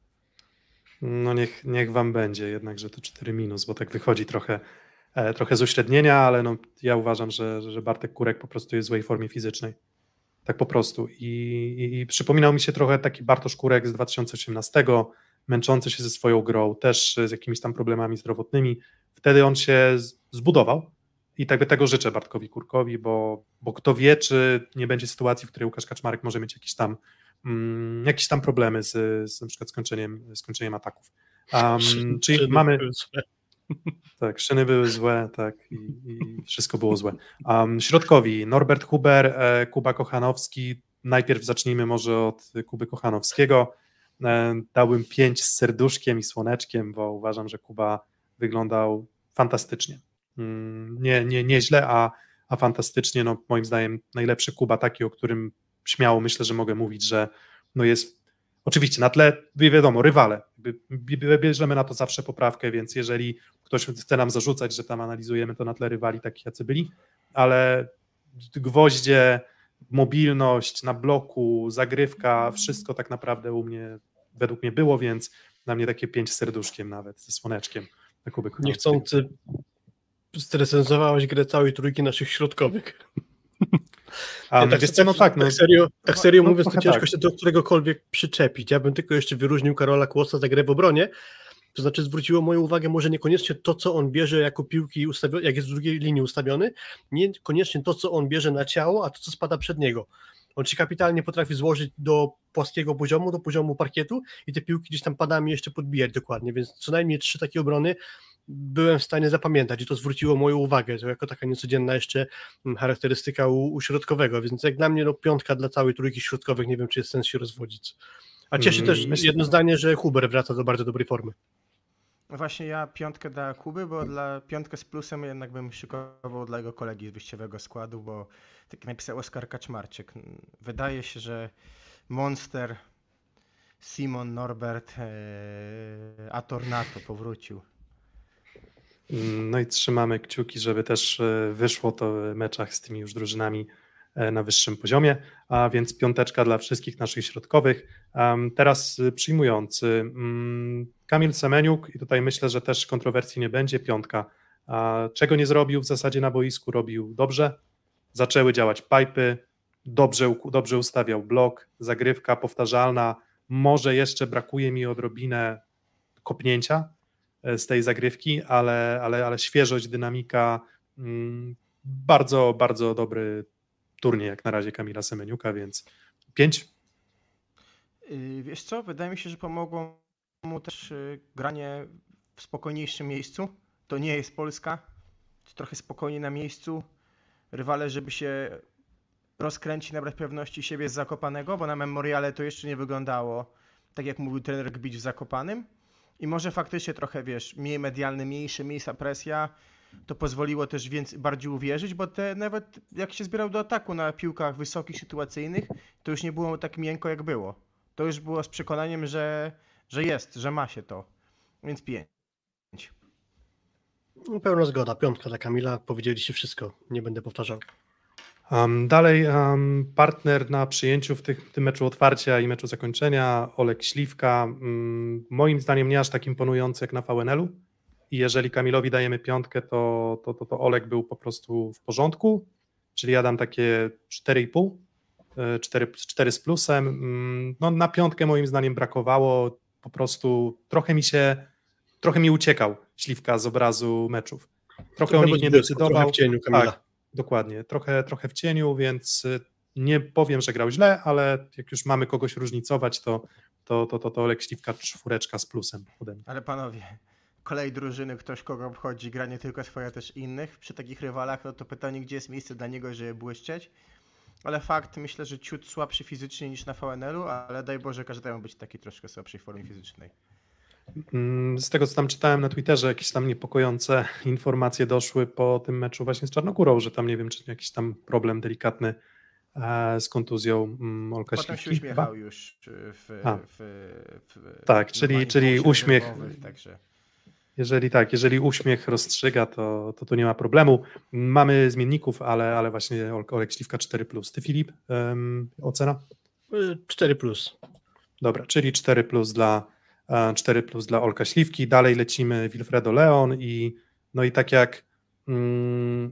No niech, niech wam będzie jednak, że to cztery minus, bo tak wychodzi trochę, e, trochę z uśrednienia, ale no, ja uważam, że, że Bartek Kurek po prostu jest w złej formie fizycznej. Tak po prostu. I, i, i przypominał mi się trochę taki Bartosz Kurek z dwa tysiące osiemnastego, męczący się ze swoją grą, też z jakimiś tam problemami zdrowotnymi. Wtedy on się zbudował. I tak by tego życzę Bartkowi Kurkowi, bo, bo kto wie, czy nie będzie sytuacji, w której Łukasz Kaczmarek może mieć jakieś tam, um, jakieś tam problemy z, z na przykład skończeniem, skończeniem ataków. Um, Szyny, czyli szyny mamy. były złe. Tak, szyny były złe, tak, i, i wszystko było złe. Um, środkowi Norbert Huber, e, Kuba Kochanowski. Najpierw zacznijmy może od Kuby Kochanowskiego. E, dałbym pięć z serduszkiem i słoneczkiem, bo uważam, że Kuba wyglądał fantastycznie. Nie, nie, nieźle, a, a fantastycznie, no moim zdaniem najlepszy Kuba, taki, o którym śmiało myślę, że mogę mówić, że no jest oczywiście na tle, wiadomo, rywale, bierzemy na to zawsze poprawkę, więc jeżeli ktoś chce nam zarzucać, że tam analizujemy to na tle rywali, takich jacy byli, ale gwoździe, mobilność na bloku, zagrywka, wszystko tak naprawdę u mnie, według mnie było, więc na mnie takie pięć serduszkiem nawet, ze słoneczkiem na Kuby Kochanowskiego. Niechcący zrecenzowałeś grę całej trójki naszych środkowych. A, ja tak, wiesz co, no tak, no. tak serio, tak serio no, mówiąc, to ciężko tak. się do któregokolwiek przyczepić. Ja bym tylko jeszcze wyróżnił Karola Kłosa za grę w obronie, to znaczy zwróciło moją uwagę może niekoniecznie to, co on bierze jako piłki, ustawi- jak jest w drugiej linii ustawiony, niekoniecznie to, co on bierze na ciało, a to, co spada przed niego. On się kapitalnie potrafi złożyć do płaskiego poziomu, do poziomu parkietu i te piłki gdzieś tam padami jeszcze podbijać dokładnie, więc co najmniej trzy takie obrony byłem w stanie zapamiętać i to zwróciło moją uwagę, to jako taka niecodzienna jeszcze charakterystyka u, u środkowego, więc jak dla mnie no, piątka dla całej trójki środkowych, nie wiem, czy jest sens się rozwodzić. A cieszy też Myślę... jedno zdanie, że Huber wraca do bardzo dobrej formy. Właśnie ja piątkę dla Kuby, bo dla piątkę z plusem jednak bym szykował dla jego kolegi z wyjściowego składu, bo tak jak napisał Oskar Kaczmarczyk, wydaje się, że Monster Simon Norbert e, Atornato powrócił. No i trzymamy kciuki, żeby też wyszło to w meczach z tymi już drużynami na wyższym poziomie, a więc piąteczka dla wszystkich naszych środkowych. Teraz przyjmujący Kamil Semeniuk i tutaj myślę, że też kontrowersji nie będzie, piątka. Czego nie zrobił w zasadzie na boisku, robił dobrze, zaczęły działać pipy, dobrze, dobrze ustawiał blok, zagrywka powtarzalna, może jeszcze brakuje mi odrobinę kopnięcia z tej zagrywki, ale, ale, ale świeżość, dynamika, bardzo, bardzo dobry turniej jak na razie Kamila Semeniuka, więc pięć. Wiesz co, wydaje mi się, że pomogło mu też granie w spokojniejszym miejscu. To nie jest Polska, trochę spokojnie na miejscu. Rywale, żeby się rozkręcić, nabrać pewności siebie z Zakopanego, bo na Memoriale to jeszcze nie wyglądało tak, jak mówił trener Gbić w Zakopanym. I może faktycznie trochę, wiesz, mniej medialny, mniejsze, mniejsza presja, to pozwoliło też więcej, bardziej uwierzyć, bo te, nawet jak się zbierał do ataku na piłkach wysokich, sytuacyjnych, to już nie było tak miękko, jak było. To już było z przekonaniem, że, że jest, że ma się to. Więc pięć. Pełna zgoda, piątka dla Kamila, powiedzieliście wszystko, nie będę powtarzał. Um, dalej um, partner na przyjęciu w, tych, w tym meczu otwarcia i meczu zakończenia, Olek Śliwka, um, moim zdaniem nie aż tak imponujący jak na V N L-u i jeżeli Kamilowi dajemy piątkę, to, to, to, to Olek był po prostu w porządku, czyli ja dam takie cztery i pół, cztery z plusem, um, no na piątkę moim zdaniem brakowało, po prostu trochę mi się, trochę mi uciekał Śliwka z obrazu meczów, trochę, trochę o nich nie decydował. Trochę w cieniu Kamila. Tak. Dokładnie, trochę, trochę w cieniu, więc nie powiem, że grał źle, ale jak już mamy kogoś różnicować, to, to, to, to, to Olek Śliwka czwóreczka z plusem ode mnie. Ale panowie, kolej drużyny, ktoś kogo obchodzi, gra nie tylko swoje, też innych. Przy takich rywalach, no to pytanie, gdzie jest miejsce dla niego, żeby błyszczeć. Ale fakt, myślę, że ciut słabszy fizycznie niż na V N L-u, ale daj Boże każdemu być taki troszkę słabszej formie fizycznej. Z tego, co tam czytałem na Twitterze, jakieś tam niepokojące informacje doszły po tym meczu właśnie z Czarnogórą, że tam nie wiem, czy jakiś tam problem delikatny z kontuzją Olka Potem Śliwki. się uśmiechał już w, w, w, tak, w czyli, czyli uśmiech. Także. Jeżeli tak, jeżeli uśmiech rozstrzyga, to, to tu nie ma problemu. Mamy zmienników, ale, ale właśnie Olek Śliwka cztery plus. Ty, Filip, um, ocena? cztery plus. Dobra, czyli cztery plus dla cztery plus dla Olka Śliwki. Dalej lecimy Wilfredo Leon i no i tak jak mm,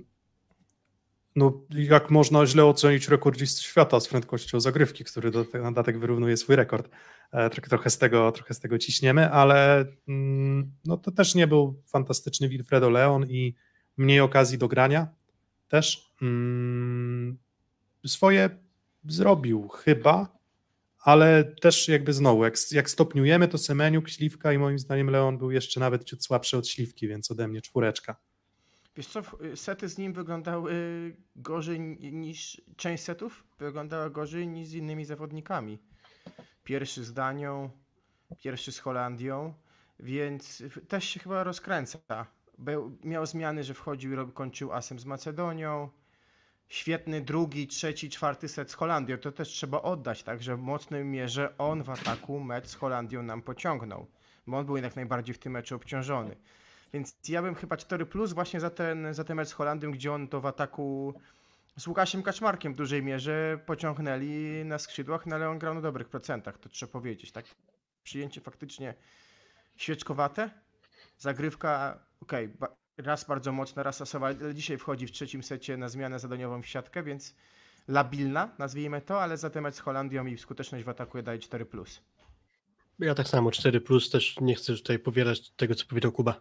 no jak można źle ocenić rekordzistę świata z prędkością zagrywki, który do na dodatek wyrównuje swój rekord. E, trochę, trochę, z tego, trochę z tego ciśniemy, ale mm, no to też nie był fantastyczny Wilfredo Leon i mniej okazji do grania też. Mm, swoje zrobił chyba, ale też jakby znowu, jak, jak stopniujemy, to Semeniuk, Śliwka i moim zdaniem Leon był jeszcze nawet ciut słabszy od Śliwki, więc ode mnie czwóreczka. Wiesz co, sety z nim wyglądały gorzej niż, część setów wyglądała gorzej niż z innymi zawodnikami. Pierwszy z Danią, pierwszy z Holandią, więc też się chyba rozkręca. Był, miał zmiany, że wchodził i kończył asem z Macedonią. Świetny drugi, trzeci, czwarty set z Holandią. To też trzeba oddać, tak, że w mocnej mierze on w ataku mecz z Holandią nam pociągnął, bo on był jednak najbardziej w tym meczu obciążony. Więc ja bym chyba cztery plus właśnie za ten, za ten mecz z Holandią, gdzie on to w ataku z Łukaszem Kaczmarkiem w dużej mierze pociągnęli na skrzydłach, no ale on grał na dobrych procentach, to trzeba powiedzieć, tak. Przyjęcie faktycznie świeczkowate, zagrywka, okej, okay, raz bardzo mocna, raz asowa, ale dzisiaj wchodzi w trzecim secie na zmianę zadaniową w siatkę, więc labilna, nazwijmy to, ale za ten mecz z Holandią i skuteczność w ataku daje cztery plus. Ja tak samo, cztery plus, też nie chcę tutaj powielać tego, co powiedział Kuba.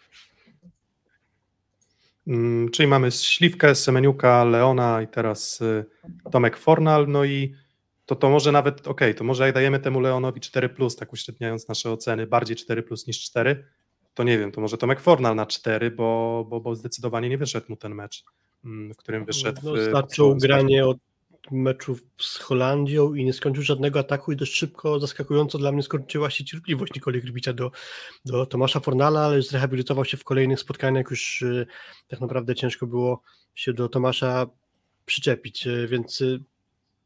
Hmm, czyli mamy Śliwkę, Semeniuka, Leona i teraz y, Tomek Fornal, no i to, to może nawet, okej, okay, to może jak dajemy temu Leonowi cztery plus, tak uśredniając nasze oceny, bardziej cztery plus niż cztery, to nie wiem, to może Tomek Fornal na cztery, bo, bo, bo zdecydowanie nie wyszedł mu ten mecz, w którym wyszedł. No, starczył granie od meczów z Holandią i nie skończył żadnego ataku i dość szybko, zaskakująco dla mnie skończyła się cierpliwość Nikoli Grbicia do, do Tomasza Fornala, ale zrehabilitował się w kolejnych spotkaniach, już y, tak naprawdę ciężko było się do Tomasza przyczepić, y, więc y,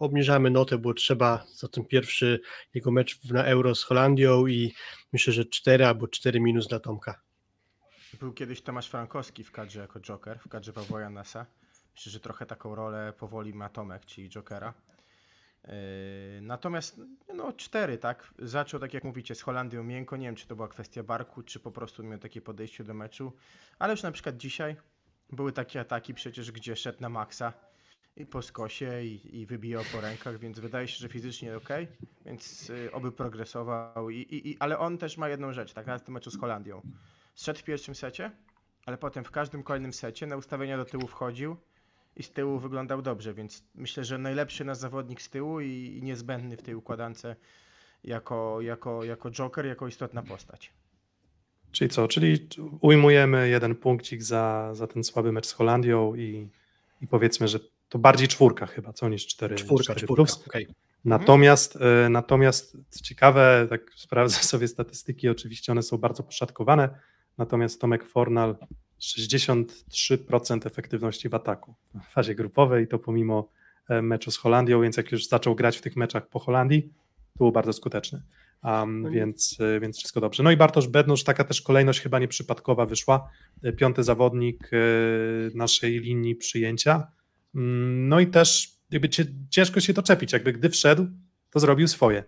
obniżamy notę, bo trzeba za ten pierwszy jego mecz na Euro z Holandią i myślę, że cztery albo cztery minus dla Tomka. Był kiedyś Tomasz Frankowski w kadrze jako Joker, w kadrze Pawła Janasa. Myślę, że trochę taką rolę powoli ma Tomek, czyli Jokera. Yy, natomiast no cztery, tak? Zaczął, tak jak mówicie, z Holandią miękko. Nie wiem, czy to była kwestia barku, czy po prostu miał takie podejście do meczu. Ale już na przykład dzisiaj były takie ataki przecież, gdzie szedł na maksa i po skosie i, i wybijał po rękach, więc wydaje się, że fizycznie ok, więc yy, oby progresował. I, i, i, ale on też ma jedną rzecz, tak? Nawet w tym meczu z Holandią. Zszedł w pierwszym secie, ale potem w każdym kolejnym secie na ustawienia do tyłu wchodził i z tyłu wyglądał dobrze, więc myślę, że najlepszy nasz zawodnik z tyłu i, i niezbędny w tej układance jako, jako, jako Joker, jako istotna postać. Czyli co? Czyli ujmujemy jeden punkcik za, za ten słaby mecz z Holandią i, i powiedzmy, że to bardziej czwórka chyba, co niż cztery, Czwórka, cztery czwórka, plus. okej. Natomiast, y, natomiast co ciekawe, tak sprawdzę sobie statystyki, oczywiście one są bardzo poszatkowane, natomiast Tomek Fornal sześćdziesiąt trzy procent efektywności w ataku w fazie grupowej, to pomimo meczu z Holandią, więc jak już zaczął grać w tych meczach po Holandii, to był bardzo skuteczny, um, więc, więc wszystko dobrze. No i Bartosz Bednarz, taka też kolejność chyba nieprzypadkowa wyszła, piąty zawodnik naszej linii przyjęcia, no i też jakby ciężko się doczepić, jakby gdy wszedł, to zrobił swoje.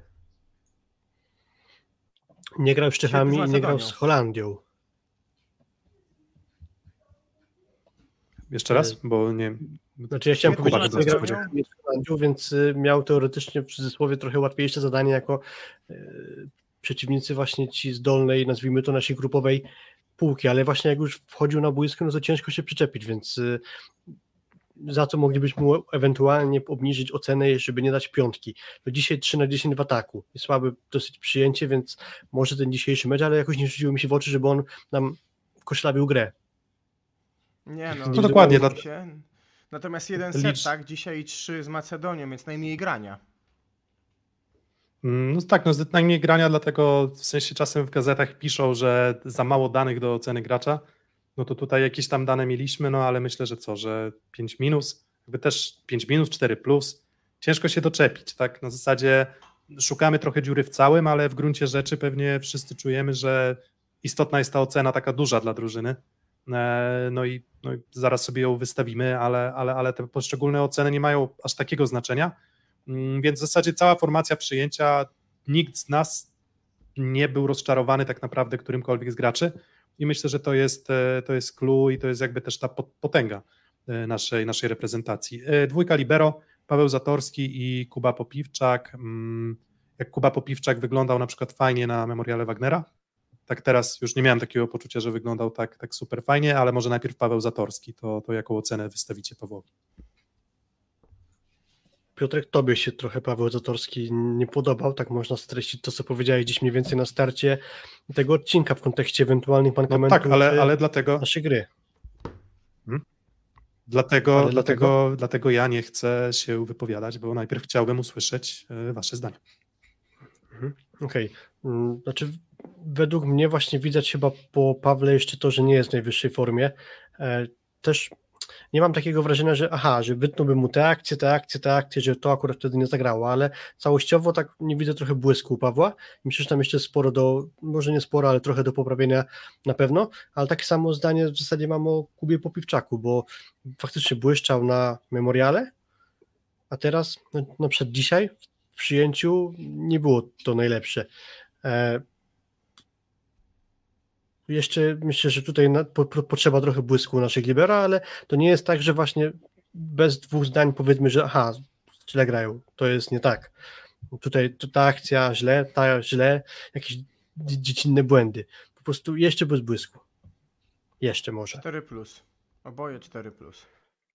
Nie grał z Czechami i nie grał z Holandią. Jeszcze raz, bo nie... Znaczy ja chciałem Kuba powiedzieć, że grał z Holandią, więc miał teoretycznie w cudzysłowie trochę łatwiejsze zadanie jako yy, przeciwnicy właśnie ci z dolnej, nazwijmy to naszej grupowej półki, ale właśnie jak już wchodził na boisko, no to ciężko się przyczepić, więc yy, za to moglibyśmy mu ewentualnie obniżyć ocenę, żeby nie dać piątki. No dzisiaj trzy na dziesięć w ataku. Jest słabe dosyć przyjęcie, więc może ten dzisiejszy mecz, ale jakoś nie rzuciło mi się w oczy, żeby on nam koszlawił grę. Nie no, no dokładnie. Dla... Się. Natomiast jeden set, Licz... tak? Dzisiaj trzy z Macedonią, więc najmniej grania. No tak, no najmniej grania, dlatego w sensie czasem w gazetach piszą, że za mało danych do oceny gracza. No to tutaj jakieś tam dane mieliśmy, no ale myślę, że co, że pięć minus, jakby też pięć minus, cztery plus, ciężko się doczepić, tak, na zasadzie szukamy trochę dziury w całym, ale w gruncie rzeczy pewnie wszyscy czujemy, że istotna jest ta ocena taka duża dla drużyny, no i, no i zaraz sobie ją wystawimy, ale, ale, ale te poszczególne oceny nie mają aż takiego znaczenia, więc w zasadzie cała formacja przyjęcia, nikt z nas nie był rozczarowany tak naprawdę którymkolwiek z graczy. I myślę, że to jest, to jest clue i to jest jakby też ta potęga naszej, naszej reprezentacji. Dwójka libero, Paweł Zatorski i Kuba Popiwczak. Jak Kuba Popiwczak wyglądał na przykład fajnie na memoriale Wagnera, tak teraz już nie miałem takiego poczucia, że wyglądał tak, tak super fajnie, ale może najpierw Paweł Zatorski, to, to jaką ocenę wystawicie Pawłowi? Piotrek, tobie się trochę Paweł Zatorski nie podobał, tak można streścić to, co powiedziałeś dziś mniej więcej na starcie tego odcinka w kontekście ewentualnych mankamentów no tak, ale, ale dlatego, naszej gry. Hmm? Dlatego, ale dlatego, dlatego, dlatego ja nie chcę się wypowiadać, bo najpierw chciałbym usłyszeć wasze zdanie. Mhm. Okej, okay. Znaczy według mnie właśnie widać chyba po Pawle jeszcze to, że nie jest w najwyższej formie. Też nie mam takiego wrażenia, że aha, że wytnąłbym mu te akcje, te akcje, te akcje, że to akurat wtedy nie zagrało, ale całościowo tak nie widzę trochę błysku u Pawła. Myślę, że tam jeszcze sporo do, może nie sporo, ale trochę do poprawienia na pewno, ale takie samo zdanie w zasadzie mam o Kubie Popiwczaku, bo faktycznie błyszczał na memoriale, a teraz, no, na przykład dzisiaj w przyjęciu nie było to najlepsze. E, Jeszcze myślę, że tutaj na, po, po, potrzeba trochę błysku naszych libera, ale to nie jest tak, że właśnie bez dwóch zdań powiedzmy, że aha, źle grają, to jest nie tak. Tutaj to ta akcja źle, ta źle, jakieś dziecinne błędy. Po prostu jeszcze bez błysku. Jeszcze może. cztery plus. Oboje cztery plus.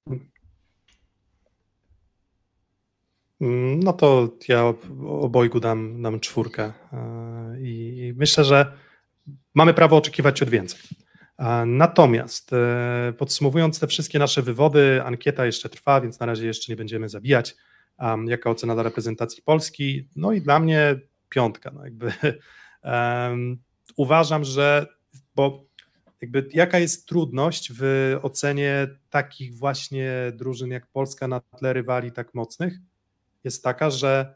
No to ja obojgu dam, dam czwórkę i myślę, że mamy prawo oczekiwać od więcej. Natomiast podsumowując te wszystkie nasze wywody, ankieta jeszcze trwa, więc na razie jeszcze nie będziemy zabijać. Jaka ocena dla reprezentacji Polski? No i dla mnie piątka. No jakby, um, uważam, że bo jakby jaka jest trudność w ocenie takich właśnie drużyn jak Polska na tle rywali tak mocnych? jest taka, że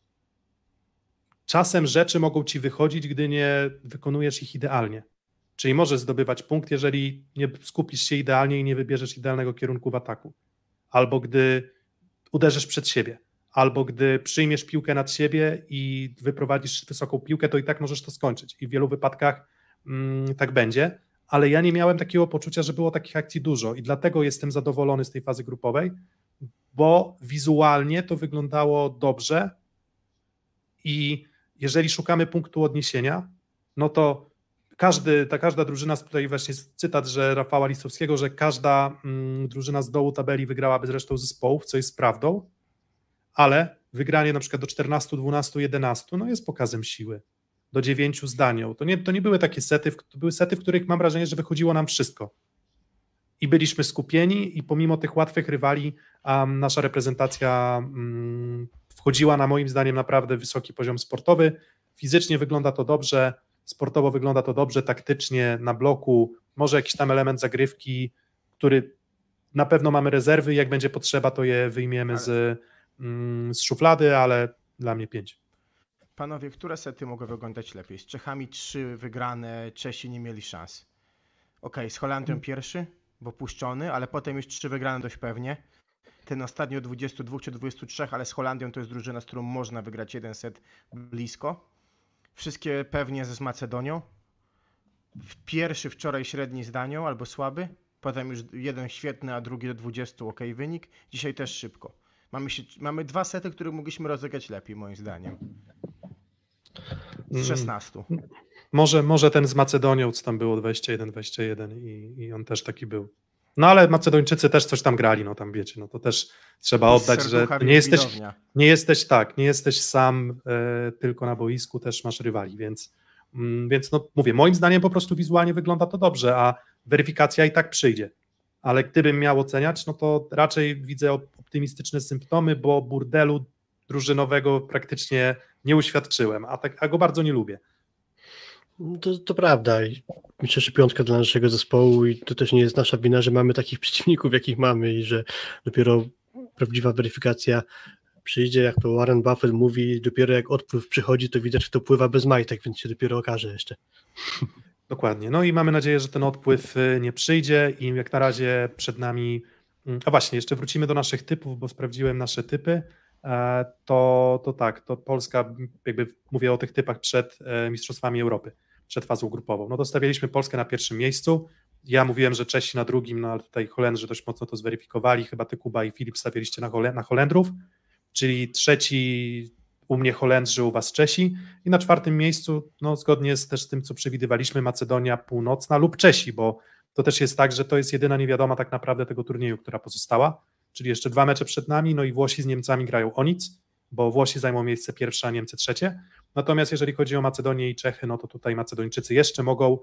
czasem rzeczy mogą ci wychodzić, gdy nie wykonujesz ich idealnie. Czyli możesz zdobywać punkt, jeżeli nie skupisz się idealnie i nie wybierzesz idealnego kierunku w ataku. Albo gdy uderzysz przed siebie. Albo gdy przyjmiesz piłkę nad siebie i wyprowadzisz wysoką piłkę, to i tak możesz to skończyć. I w wielu wypadkach mm, tak będzie. Ale ja nie miałem takiego poczucia, że było takich akcji dużo i dlatego jestem zadowolony z tej fazy grupowej, bo wizualnie to wyglądało dobrze i jeżeli szukamy punktu odniesienia, no to każdy, ta każda drużyna, tutaj właśnie jest cytat, że Rafała Listowskiego, że każda mm, drużyna z dołu tabeli wygrałaby z resztą zespołów, co jest prawdą, ale wygranie na przykład do czternastu, dwunastu, jedenastu, no jest pokazem siły. Do dziewięciu z Danią. To nie, to nie były takie sety, to były sety, w których mam wrażenie, że wychodziło nam wszystko. I byliśmy skupieni i pomimo tych łatwych rywali um, nasza reprezentacja um, wchodziła na moim zdaniem naprawdę wysoki poziom sportowy. Fizycznie wygląda to dobrze, sportowo wygląda to dobrze, taktycznie na bloku, może jakiś tam element zagrywki, który na pewno mamy rezerwy, jak będzie potrzeba, to je wyjmiemy ale... z, um, z szuflady, ale dla mnie pięć. Panowie, które sety mogły wyglądać lepiej? Z Czechami trzy wygrane, Czesi nie mieli szans. Okej, okay, z Holandią pierwszy, bo puszczony, ale potem już trzy wygrane dość pewnie. Ten ostatni o dwudziestu dwóch czy dwudziestu trzech, ale z Holandią to jest drużyna, z którą można wygrać jeden set blisko. Wszystkie pewnie z Macedonią. Pierwszy wczoraj średni z Danią albo słaby. Potem już jeden świetny, a drugi do dwudziestu ok wynik. Dzisiaj też szybko. Mamy, się, mamy dwa sety, które mogliśmy rozegrać lepiej moim zdaniem. Z szesnastu. Może, może ten z Macedonią, co tam było dwadzieścia jeden dwadzieścia jeden i, i on też taki był. No ale Macedończycy też coś tam grali, no tam wiecie, no to też trzeba oddać, że nie jesteś, nie jesteś tak, nie jesteś sam e, tylko na boisku, też masz rywali, więc, mm, więc no mówię, moim zdaniem po prostu wizualnie wygląda to dobrze, a weryfikacja i tak przyjdzie. Ale gdybym miał oceniać, no to raczej widzę optymistyczne symptomy, bo burdelu drużynowego praktycznie nie uświadczyłem, a, tak, a go bardzo nie lubię. To, to prawda. I myślę, że piątka dla naszego zespołu i to też nie jest nasza wina, że mamy takich przeciwników, jakich mamy i że dopiero prawdziwa weryfikacja przyjdzie, jak to Warren Buffett mówi, dopiero jak odpływ przychodzi, to widać, kto pływa bez majtek, więc się dopiero okaże jeszcze. Dokładnie. No i mamy nadzieję, że ten odpływ nie przyjdzie i jak na razie przed nami, a właśnie, jeszcze wrócimy do naszych typów, bo sprawdziłem nasze typy. To, to tak, to Polska, jakby mówię o tych typach przed Mistrzostwami Europy, przed fazą grupową. No to stawialiśmy Polskę na pierwszym miejscu, ja mówiłem, że Czesi na drugim, no ale tutaj Holendrzy dość mocno to zweryfikowali, chyba ty, Kuba i Filip, stawialiście na, Hol- na Holendrów, czyli trzeci u mnie Holendrzy, u was Czesi i na czwartym miejscu, no zgodnie z też tym, co przewidywaliśmy, Macedonia Północna lub Czesi, bo to też jest tak, że to jest jedyna niewiadoma tak naprawdę tego turnieju, która pozostała, czyli jeszcze dwa mecze przed nami, no i Włosi z Niemcami grają o nic, bo Włosi zajmą miejsce pierwsze, a Niemcy trzecie. Natomiast jeżeli chodzi o Macedonię i Czechy, no to tutaj Macedończycy jeszcze mogą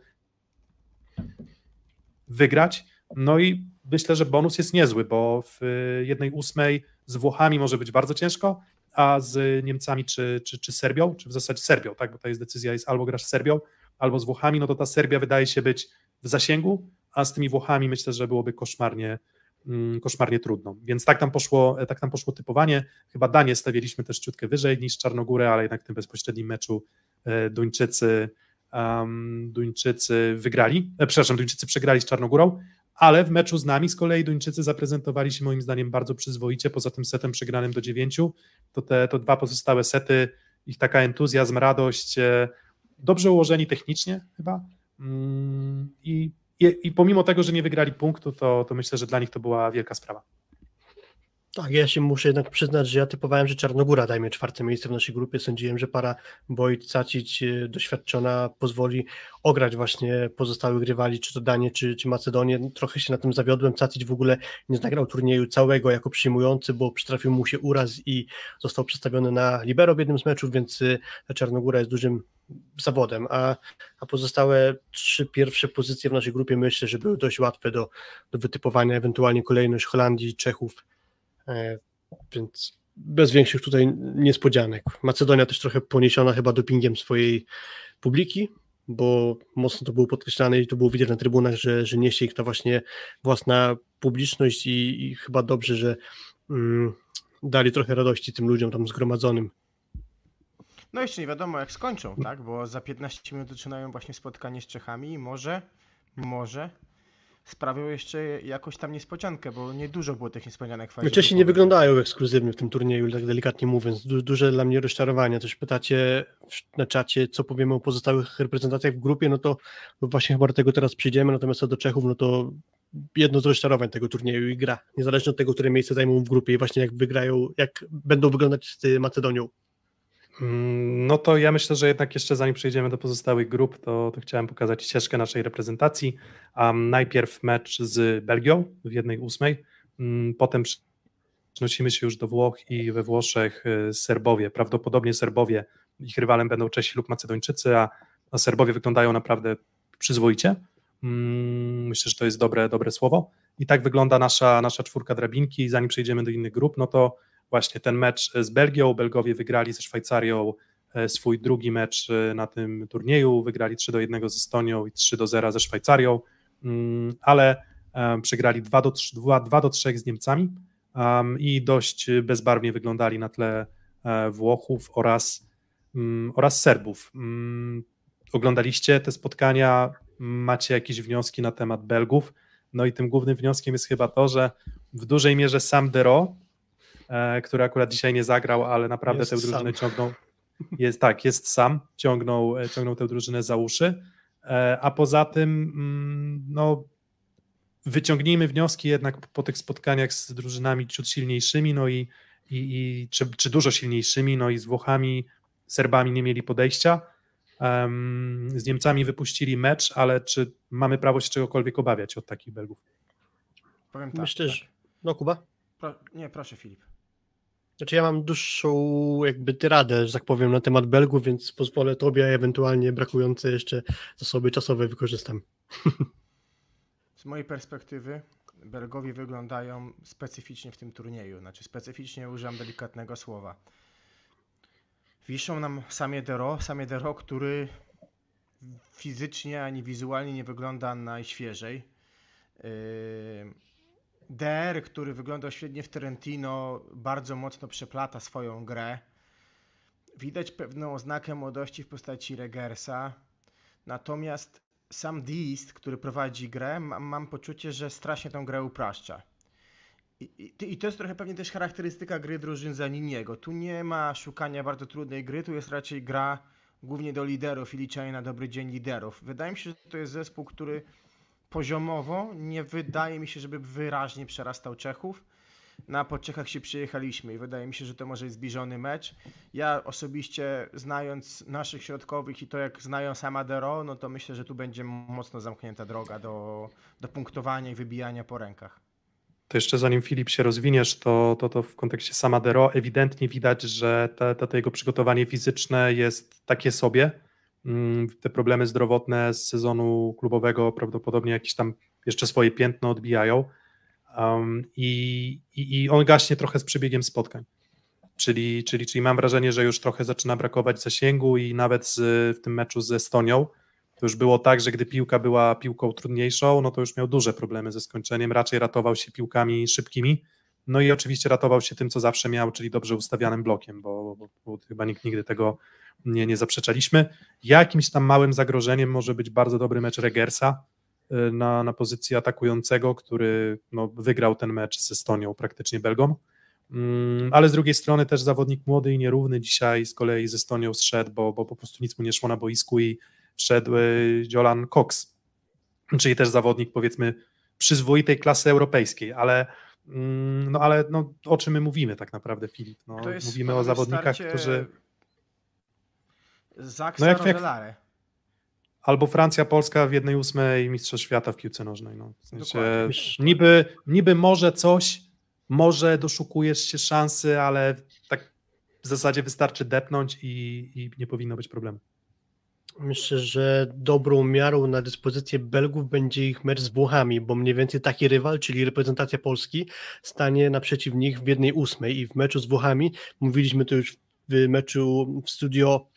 wygrać. No i myślę, że bonus jest niezły, bo w jednej ósmej z Włochami może być bardzo ciężko, a z Niemcami czy, czy, czy Serbią, czy w zasadzie Serbią, tak, bo ta jest decyzja jest albo grasz z Serbią, albo z Włochami, no to ta Serbia wydaje się być w zasięgu, a z tymi Włochami myślę, że byłoby koszmarnie koszmarnie trudno, więc tak tam poszło, tak tam poszło typowanie, chyba Danię stawialiśmy też ciutkę wyżej niż Czarnogórę, ale jednak w tym bezpośrednim meczu Duńczycy, um, Duńczycy wygrali, e, przepraszam, Duńczycy przegrali z Czarnogórą, ale w meczu z nami z kolei Duńczycy zaprezentowali się moim zdaniem bardzo przyzwoicie, poza tym setem przegranym do dziewięciu, to te to dwa pozostałe sety, ich taka entuzjazm, radość, dobrze ułożeni technicznie chyba mm, i I, I pomimo tego, że nie wygrali punktu, to, to myślę, że dla nich to była wielka sprawa. Tak, ja się muszę jednak przyznać, że ja typowałem, że Czarnogóra zajmie czwarte miejsce w naszej grupie. Sądziłem, że para Wojt Cacić doświadczona pozwoli ograć właśnie pozostałych rywali, czy to Danię, czy, czy Macedonię. Trochę się na tym zawiodłem. Cacić w ogóle nie zagrał turnieju całego jako przyjmujący, bo przytrafił mu się uraz i został przestawiony na libero w jednym z meczów, więc ta Czarnogóra jest dużym zawodem, a, a pozostałe trzy pierwsze pozycje w naszej grupie myślę, że były dość łatwe do, do wytypowania, ewentualnie kolejność Holandii, Czechów, e, więc bez większych tutaj niespodzianek. Macedonia też trochę poniesiona chyba dopingiem swojej publiki, bo mocno to było podkreślane i to było widać na trybunach, że, że niesie ich ta właśnie własna publiczność i, i chyba dobrze, że mm, dali trochę radości tym ludziom tam zgromadzonym. No jeszcze nie wiadomo jak skończą, tak? Bo za piętnaście minut zaczynają właśnie spotkanie z Czechami i może, może sprawią jeszcze jakąś tam niespodziankę, bo niedużo było tych niespodzianek w fazie Czesi nie grupowej. wyglądają ekskluzywnie w tym turnieju, tak delikatnie mówiąc. Du- duże dla mnie rozczarowanie. Też pytacie na czacie, co powiemy o pozostałych reprezentacjach w grupie, no to no właśnie chyba do tego teraz przyjdziemy, natomiast co do Czechów, no to jedno z rozczarowań tego turnieju i gra. Niezależnie od tego, które miejsce zajmą w grupie i właśnie jak wygrają, jak będą wyglądać z Macedonią. Mm, No to ja myślę, że jednak jeszcze zanim przejdziemy do pozostałych grup, to, to chciałem pokazać ścieżkę naszej reprezentacji. Um, najpierw mecz z Belgią w jednej ósmej, um, potem przenosimy się już do Włoch i we Włoszech y, Serbowie. Prawdopodobnie Serbowie, ich rywalem będą Czesi lub Macedończycy, a, a Serbowie wyglądają naprawdę przyzwoicie. Um, myślę, że to jest dobre, dobre słowo. I tak wygląda nasza, nasza czwórka drabinki. Zanim przejdziemy do innych grup, no to właśnie ten mecz z Belgią, Belgowie wygrali ze Szwajcarią swój drugi mecz na tym turnieju, wygrali trzy do jednego z Estonią i trzy do zera ze Szwajcarią, ale przegrali dwa do trzech z Niemcami i dość bezbarwnie wyglądali na tle Włochów oraz, oraz Serbów. Oglądaliście te spotkania, macie jakieś wnioski na temat Belgów? No i tym głównym wnioskiem jest chyba to, że w dużej mierze Sam Dero, który akurat dzisiaj nie zagrał, ale naprawdę Jest tę drużynę sam. ciągnął, jest, tak, jest sam, ciągnął, ciągnął tę drużynę za uszy, a poza tym no, wyciągnijmy wnioski jednak po tych spotkaniach z drużynami ciut silniejszymi, no i, i, i czy, czy dużo silniejszymi, no i z Włochami, Serbami nie mieli podejścia, um, z Niemcami wypuścili mecz, ale czy mamy prawo się czegokolwiek obawiać od takich Belgów? Powiem tak. Myślę, tak. że... No Kuba? Pro... Nie, proszę Filip. Znaczy ja mam dłuższą jakby tyradę, że tak powiem, na temat Belgów, więc pozwolę tobie, a ewentualnie brakujące jeszcze zasoby czasowe wykorzystam. Z mojej perspektywy Belgowie wyglądają specyficznie w tym turnieju, znaczy specyficznie używam delikatnego słowa. Wiszą nam Samie Dero, Samie Dero, który fizycznie ani wizualnie nie wygląda najświeżej. Yy... D R, który wyglądał świetnie w Trentino, bardzo mocno przeplata swoją grę. Widać pewną oznakę młodości w postaci Regersa. Natomiast sam Deist, który prowadzi grę, mam, mam poczucie, że strasznie tę grę upraszcza. I, i, I to jest trochę pewnie też charakterystyka gry drużyn Zaniniego. Tu nie ma szukania bardzo trudnej gry, tu jest raczej gra głównie do liderów i liczenia na dobry dzień liderów. Wydaje mi się, że to jest zespół, który poziomowo nie wydaje mi się, żeby wyraźnie przerastał Czechów. Na po Czechach się przyjechaliśmy i wydaje mi się, że to może jest zbliżony mecz. Ja osobiście, znając naszych środkowych i to jak znają Sama Dero, no to myślę, że tu będzie mocno zamknięta droga do, do punktowania i wybijania po rękach. To jeszcze zanim Filip się rozwiniesz, to, to, to w kontekście Sama Dero ewidentnie widać, że te, te, te jego przygotowanie fizyczne jest takie sobie. Te problemy zdrowotne z sezonu klubowego prawdopodobnie jakieś tam jeszcze swoje piętno odbijają um, i, i, i on gaśnie trochę z przebiegiem spotkań, czyli, czyli, czyli mam wrażenie, że już trochę zaczyna brakować zasięgu i nawet z, w tym meczu z Estonią to już było tak, że gdy piłka była piłką trudniejszą, no to już miał duże problemy ze skończeniem, raczej ratował się piłkami szybkimi, no i oczywiście ratował się tym, co zawsze miał, czyli dobrze ustawianym blokiem, bo, bo, bo chyba nikt nigdy tego nie, nie zaprzeczaliśmy. Jakimś tam małym zagrożeniem może być bardzo dobry mecz Regersa na, na pozycji atakującego, który no, wygrał ten mecz z Estonią, praktycznie Belgą, um, ale z drugiej strony też zawodnik młody i nierówny dzisiaj z kolei z Estonią zszedł, bo, bo po prostu nic mu nie szło na boisku i wszedł Jolan Cox, czyli też zawodnik powiedzmy przyzwoitej klasy europejskiej, ale no ale no, o czym my mówimy tak naprawdę, Filip? No, mówimy o zawodnikach, którzy... Zaksa no jak, jak... Albo Francja, Polska w jednej ósmej mistrzostw świata w piłce nożnej. No. W sensie, niby, niby może coś, może doszukujesz się szansy, ale tak w zasadzie wystarczy depnąć i, i nie powinno być problemu. Myślę, że dobrą miarą na dyspozycję Belgów będzie ich mecz z Włochami, bo mniej więcej taki rywal, czyli reprezentacja Polski, stanie naprzeciw nich w jednej ósmej i w meczu z Włochami, mówiliśmy to już w meczu w studio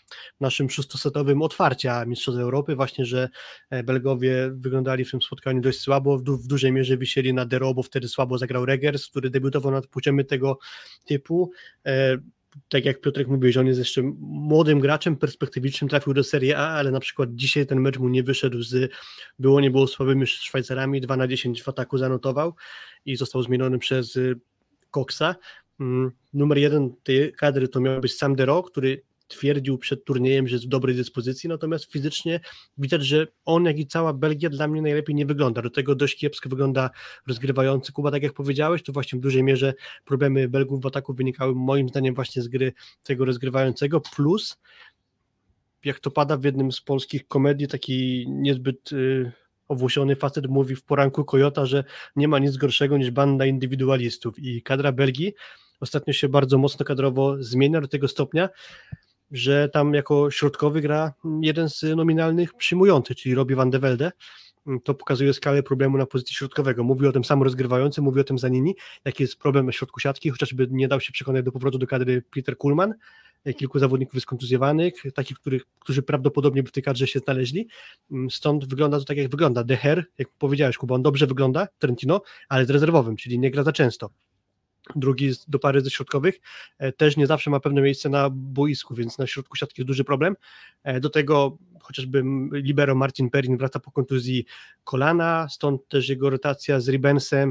naszym szóstosetowym otwarcia Mistrzostw Europy, właśnie, że Belgowie wyglądali w tym spotkaniu dość słabo, w, du- w dużej mierze wisieli na Dero, bo wtedy słabo zagrał Regers, który debiutował na poziomie tego typu. E, tak jak Piotrek mówił, że on jest jeszcze młodym graczem, perspektywicznym, trafił do Serie A, ale na przykład dzisiaj ten mecz mu nie wyszedł z, było nie było słabymi Szwajcarami, dwa na dziesięć w ataku zanotował i został zmieniony przez Coxa. Mm, numer jeden tej kadry to miał być sam Dero, który twierdził przed turniejem, że jest w dobrej dyspozycji, natomiast fizycznie widać, że on, jak i cała Belgia dla mnie najlepiej nie wygląda. Do tego dość kiepsko wygląda rozgrywający. Kuba, tak jak powiedziałeś, to właśnie w dużej mierze problemy Belgów w ataku wynikały moim zdaniem właśnie z gry tego rozgrywającego, plus jak to pada w jednym z polskich komedii, taki niezbyt yy, owłosiony facet mówi w poranku Kojota, że nie ma nic gorszego niż banda indywidualistów i kadra Belgii ostatnio się bardzo mocno kadrowo zmienia do tego stopnia, że tam jako środkowy gra jeden z nominalnych przyjmujących, czyli Robbie van de Velde. To pokazuje skalę problemu na pozycji środkowego. Mówi o tym sam rozgrywający, mówi o tym Zanini, jaki jest problem na środku siatki, chociażby nie dał się przekonać do powrotu do kadry Peter Koolman, kilku zawodników jest kontuzjowanych, takich, których, którzy prawdopodobnie by w tej kadrze się znaleźli. Stąd wygląda to tak, jak wygląda. De Her, jak powiedziałeś, Kuba, on dobrze wygląda, Trentino, ale z rezerwowym, czyli nie gra za często. Drugi do pary ze środkowych, też nie zawsze ma pewne miejsce na boisku, więc na środku siatki jest duży problem. Do tego chociażby libero Martin Perin wraca po kontuzji kolana, stąd też jego rotacja z Ribensem,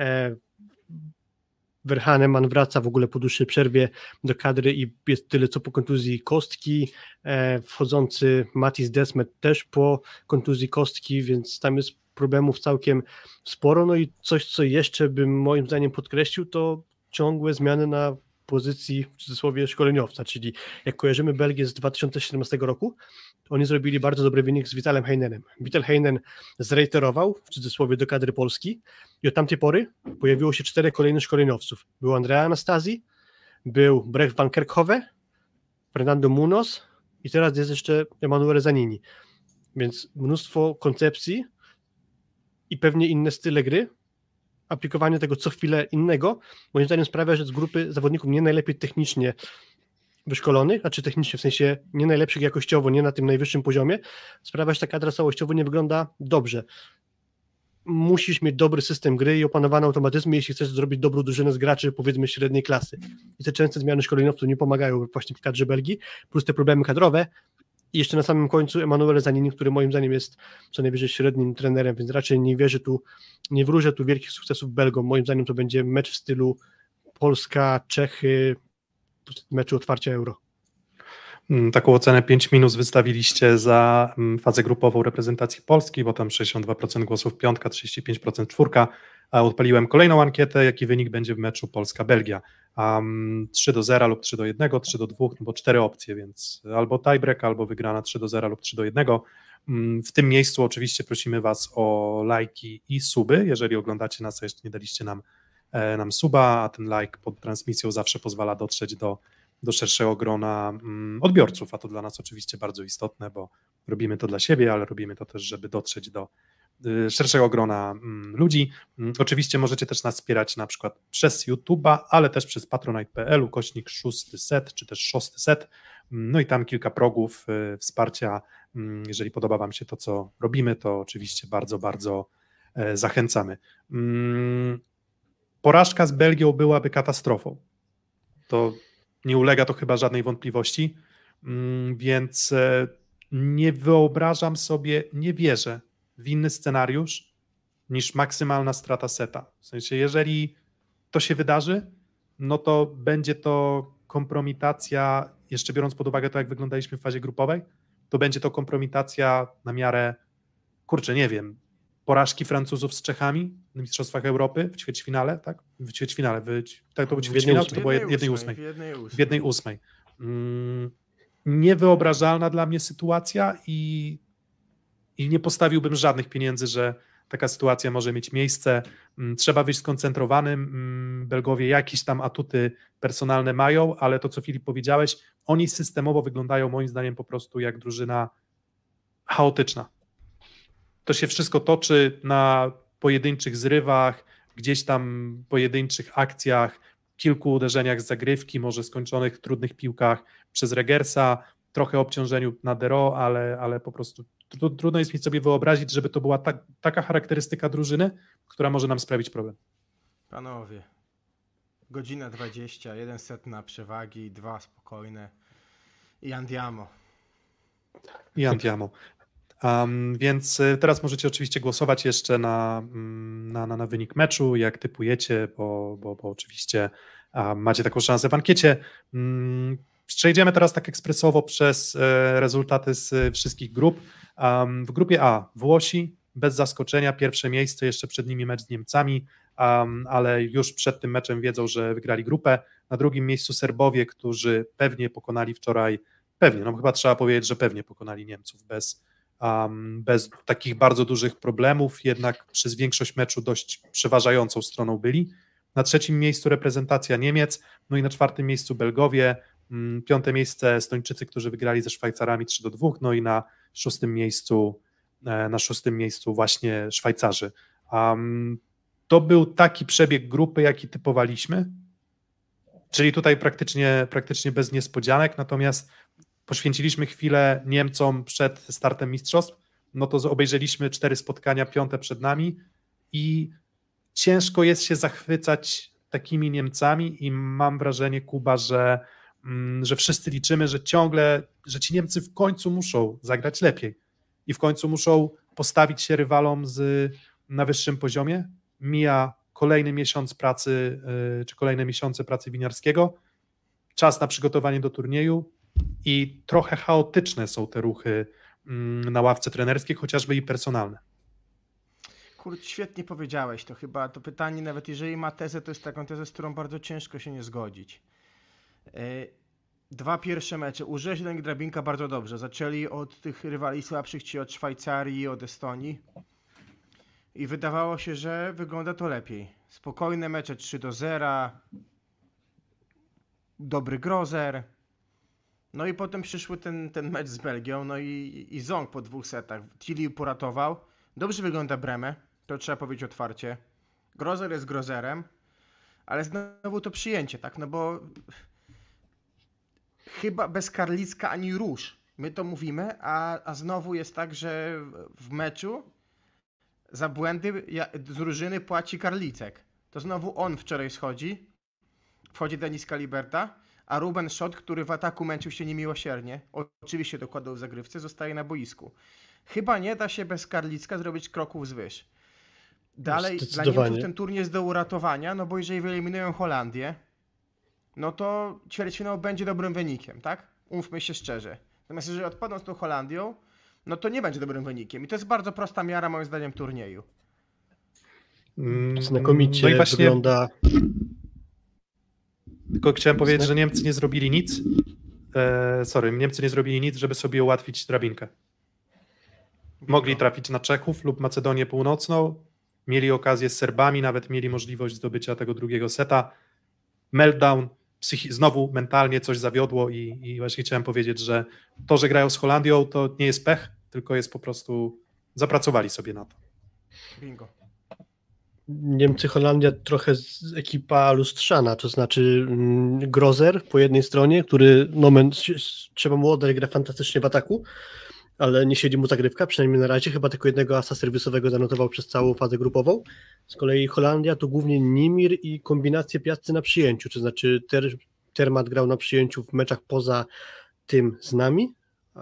Verhaneman wraca w ogóle po dłuższej przerwie do kadry i jest tyle co po kontuzji kostki, wchodzący Matis Desmet też po kontuzji kostki, więc tam jest problemów całkiem sporo, no i coś, co jeszcze bym moim zdaniem podkreślił, to ciągłe zmiany na pozycji w cudzysłowie szkoleniowca, czyli jak kojarzymy Belgię z dwa tysiące siedemnastego roku, to oni zrobili bardzo dobry wynik z Vitalem Heinenem. Vital Heinen zrejterował w cudzysłowie do kadry Polski i od tamtej pory pojawiło się czterech kolejnych szkoleniowców. Był Andrea Anastasi, był Brecht van Kerkhove, Fernando Munoz i teraz jest jeszcze Emanuele Zanini. Więc mnóstwo koncepcji i pewnie inne style gry, aplikowanie tego co chwilę innego, moim zdaniem sprawia, że z grupy zawodników nie najlepiej technicznie wyszkolonych, znaczy technicznie w sensie nie najlepszych jakościowo, nie na tym najwyższym poziomie, sprawia, że ta kadra całościowo nie wygląda dobrze. Musisz mieć dobry system gry i opanowane automatyzmy, jeśli chcesz zrobić dobrą drużynę z graczy, powiedzmy, średniej klasy. I te częste zmiany szkoleniowców nie pomagają właśnie w kadrze Belgii, plus te problemy kadrowe. I jeszcze na samym końcu Emanuele Zanini, który moim zdaniem jest co najwyżej średnim trenerem, więc raczej nie wierzę tu, nie wróżę tu wielkich sukcesów Belgom. Moim zdaniem to będzie mecz w stylu Polska, Czechy, meczu otwarcia Euro. Taką ocenę pięć minus wystawiliście za fazę grupową reprezentacji Polski, bo tam sześćdziesiąt dwa procent głosów piątka, trzydzieści pięć procent czwórka, a odpaliłem kolejną ankietę, jaki wynik będzie w meczu Polska-Belgia. Um, trzy do zera lub trzy do jednego, trzy do dwóch, no bo cztery opcje, więc albo tiebreak, albo wygrana trzy do zera lub trzy do jednego. Um, w tym miejscu oczywiście prosimy Was o lajki i suby, jeżeli oglądacie nas, a jeszcze nie daliście nam, e, nam suba, a ten like pod transmisją zawsze pozwala dotrzeć do do szerszego grona um, odbiorców, a to dla nas oczywiście bardzo istotne, bo robimy to dla siebie, ale robimy to też, żeby dotrzeć do y, szerszego grona um, ludzi. Um, oczywiście możecie też nas wspierać na przykład przez YouTube'a, ale też przez patronite kropka p l, ukośnik szósty set, czy też szósty set, um, no i tam kilka progów y, wsparcia. Um, jeżeli podoba Wam się to, co robimy, to oczywiście bardzo, bardzo y, zachęcamy. Um, porażka z Belgią byłaby katastrofą. To nie ulega to chyba żadnej wątpliwości, więc nie wyobrażam sobie, nie wierzę w inny scenariusz niż maksymalna strata seta. W sensie, jeżeli to się wydarzy, no to będzie to kompromitacja, jeszcze biorąc pod uwagę to, jak wyglądaliśmy w fazie grupowej, to będzie to kompromitacja na miarę, kurczę, nie wiem, porażki Francuzów z Czechami na Mistrzostwach Europy w ćwierćfinale, tak? W ćwierćfinale, w, tak to był ćwierćfinał, czy to było jednej ósmej? W jednej ósmej. Mm, niewyobrażalna dla mnie sytuacja i, i nie postawiłbym żadnych pieniędzy, że taka sytuacja może mieć miejsce. Mm, trzeba być skoncentrowanym. Mm, Belgowie jakieś tam atuty personalne mają, ale to, co Filip powiedziałeś, oni systemowo wyglądają moim zdaniem po prostu jak drużyna chaotyczna. To się wszystko toczy na pojedynczych zrywach, gdzieś tam pojedynczych akcjach, kilku uderzeniach z zagrywki, może skończonych w trudnych piłkach przez Regersa. trochę obciążeniu na Dero, ale, ale po prostu tru, trudno jest mi sobie wyobrazić, żeby to była ta, taka charakterystyka drużyny, która może nam sprawić problem. Panowie, godzina dwadzieścia, jeden set na przewagi, dwa spokojne i Andiamo. I Andiamo. Um, więc y, teraz możecie oczywiście głosować jeszcze na, na, na, na wynik meczu, jak typujecie, bo, bo, bo oczywiście um, macie taką szansę w ankiecie. Um, przejdziemy teraz tak ekspresowo przez e, rezultaty z e, wszystkich grup. Um, w grupie A Włosi, bez zaskoczenia, pierwsze miejsce, jeszcze przed nimi mecz z Niemcami, um, ale już przed tym meczem wiedzą, że wygrali grupę. Na drugim miejscu Serbowie, którzy pewnie pokonali wczoraj, pewnie, no chyba trzeba powiedzieć, że pewnie pokonali Niemców bez Um, bez takich bardzo dużych problemów, jednak przez większość meczu dość przeważającą stroną byli. Na trzecim miejscu reprezentacja Niemiec, no i na czwartym miejscu Belgowie, um, piąte miejsce Estończycy, którzy wygrali ze Szwajcarami trzy do dwóch, no i na szóstym miejscu e, na szóstym miejscu właśnie Szwajcarzy. Um, to był taki przebieg grupy, jaki typowaliśmy, czyli tutaj praktycznie, praktycznie bez niespodzianek, natomiast poświęciliśmy chwilę Niemcom przed startem mistrzostw, no to obejrzeliśmy cztery spotkania, piąte przed nami i ciężko jest się zachwycać takimi Niemcami i mam wrażenie, Kuba, że, że wszyscy liczymy, że ciągle, że ci Niemcy w końcu muszą zagrać lepiej i w końcu muszą postawić się rywalom z, na wyższym poziomie. Mija kolejny miesiąc pracy, czy kolejne miesiące pracy winiarskiego, czas na przygotowanie do turnieju, i trochę chaotyczne są te ruchy na ławce trenerskiej, chociażby i personalne. Kurde, świetnie powiedziałeś to chyba. To pytanie, nawet jeżeli ma tezę, to jest taką tezę, z którą bardzo ciężko się nie zgodzić. Dwa pierwsze mecze. Urzeźleń i Drabinka bardzo dobrze. Zaczęli od tych rywali słabszych, ci od Szwajcarii i od Estonii. I wydawało się, że wygląda to lepiej. Spokojne mecze trzy do zera. Dobry Grozer. No i potem przyszły ten, ten mecz z Belgią, no i, i Ząg po dwóch setach. Tilly poratował. Dobrze wygląda Breme, to trzeba powiedzieć otwarcie. Grozer jest grozerem, ale znowu to przyjęcie, tak? No bo chyba bez Karlicka ani róż. My to mówimy, a, a znowu jest tak, że w meczu za błędy z drużyny płaci Karlicek. To znowu on wczoraj schodzi. Wchodzi Denis Kaliberta. A Ruben Schott, który w ataku męczył się niemiłosiernie, oczywiście dokładał w zagrywce, zostaje na boisku. Chyba nie da się bez Karlicka zrobić kroków zwyż. Dalej dla Niemców ten turniej jest do uratowania, no bo jeżeli wyeliminują Holandię, no to ćwierćfinał będzie dobrym wynikiem, tak? Umówmy się szczerze. Natomiast jeżeli odpadną z tą Holandią, no to nie będzie dobrym wynikiem. I to jest bardzo prosta miara, moim zdaniem, turnieju. Znakomicie no i właśnie... wygląda... Tylko chciałem powiedzieć, że Niemcy nie zrobili nic. E, sorry, Niemcy nie zrobili nic, żeby sobie ułatwić drabinkę. Mogli trafić na Czechów lub Macedonię Północną, mieli okazję z Serbami, nawet mieli możliwość zdobycia tego drugiego seta. Meltdown, psychi- znowu mentalnie coś zawiodło i, i właśnie chciałem powiedzieć, że to, że grają z Holandią, to nie jest pech, tylko jest po prostu, zapracowali sobie na to. Bingo. Niemcy, Holandia trochę z ekipa lustrzana, to znaczy Grozer po jednej stronie, który moment, trzeba mu oddać grę fantastycznie w ataku, ale nie siedzi mu zagrywka, przynajmniej na razie, chyba tylko jednego asa serwisowego zanotował przez całą fazę grupową. Z kolei Holandia to głównie Nimir i kombinacje Piazzy na przyjęciu, to znaczy ter, Termat grał na przyjęciu w meczach poza tym z nami,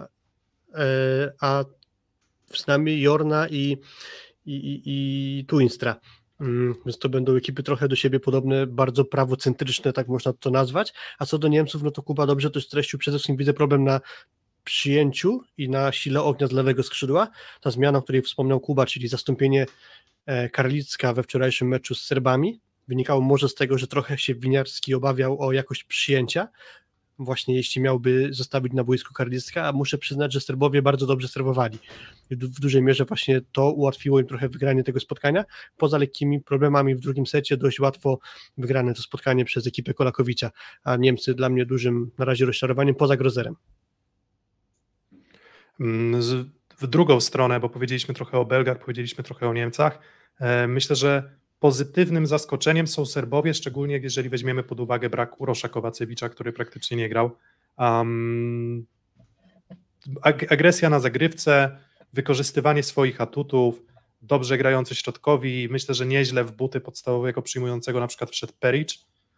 a z nami Jorna i, i, i, i Tuinstra. Więc to będą ekipy trochę do siebie podobne, bardzo prawocentryczne, tak można to nazwać. A co do Niemców, no to Kuba dobrze to streścił. Przede wszystkim widzę problem na przyjęciu i na sile ognia z lewego skrzydła. Ta zmiana, o której wspomniał Kuba, czyli zastąpienie Karlicka we wczorajszym meczu z Serbami, wynikało może z tego, że trochę się Winiarski obawiał o jakość przyjęcia, właśnie jeśli miałby zostawić na boisku Karlicka, a muszę przyznać, że Serbowie bardzo dobrze serwowali. W dużej mierze właśnie to ułatwiło im trochę wygranie tego spotkania. Poza lekkimi problemami w drugim secie dość łatwo wygrane to spotkanie przez ekipę Kolakowicza, a Niemcy dla mnie dużym na razie rozczarowaniem poza Grozerem. W drugą stronę, bo powiedzieliśmy trochę o Belgach, powiedzieliśmy trochę o Niemcach, myślę, że pozytywnym zaskoczeniem są Serbowie, szczególnie jeżeli weźmiemy pod uwagę brak Urosza Kowacewicza, który praktycznie nie grał. Um, ag- agresja na zagrywce, wykorzystywanie swoich atutów, dobrze grający środkowi, myślę, że nieźle w buty podstawowego przyjmującego na przykład wszedł Perić.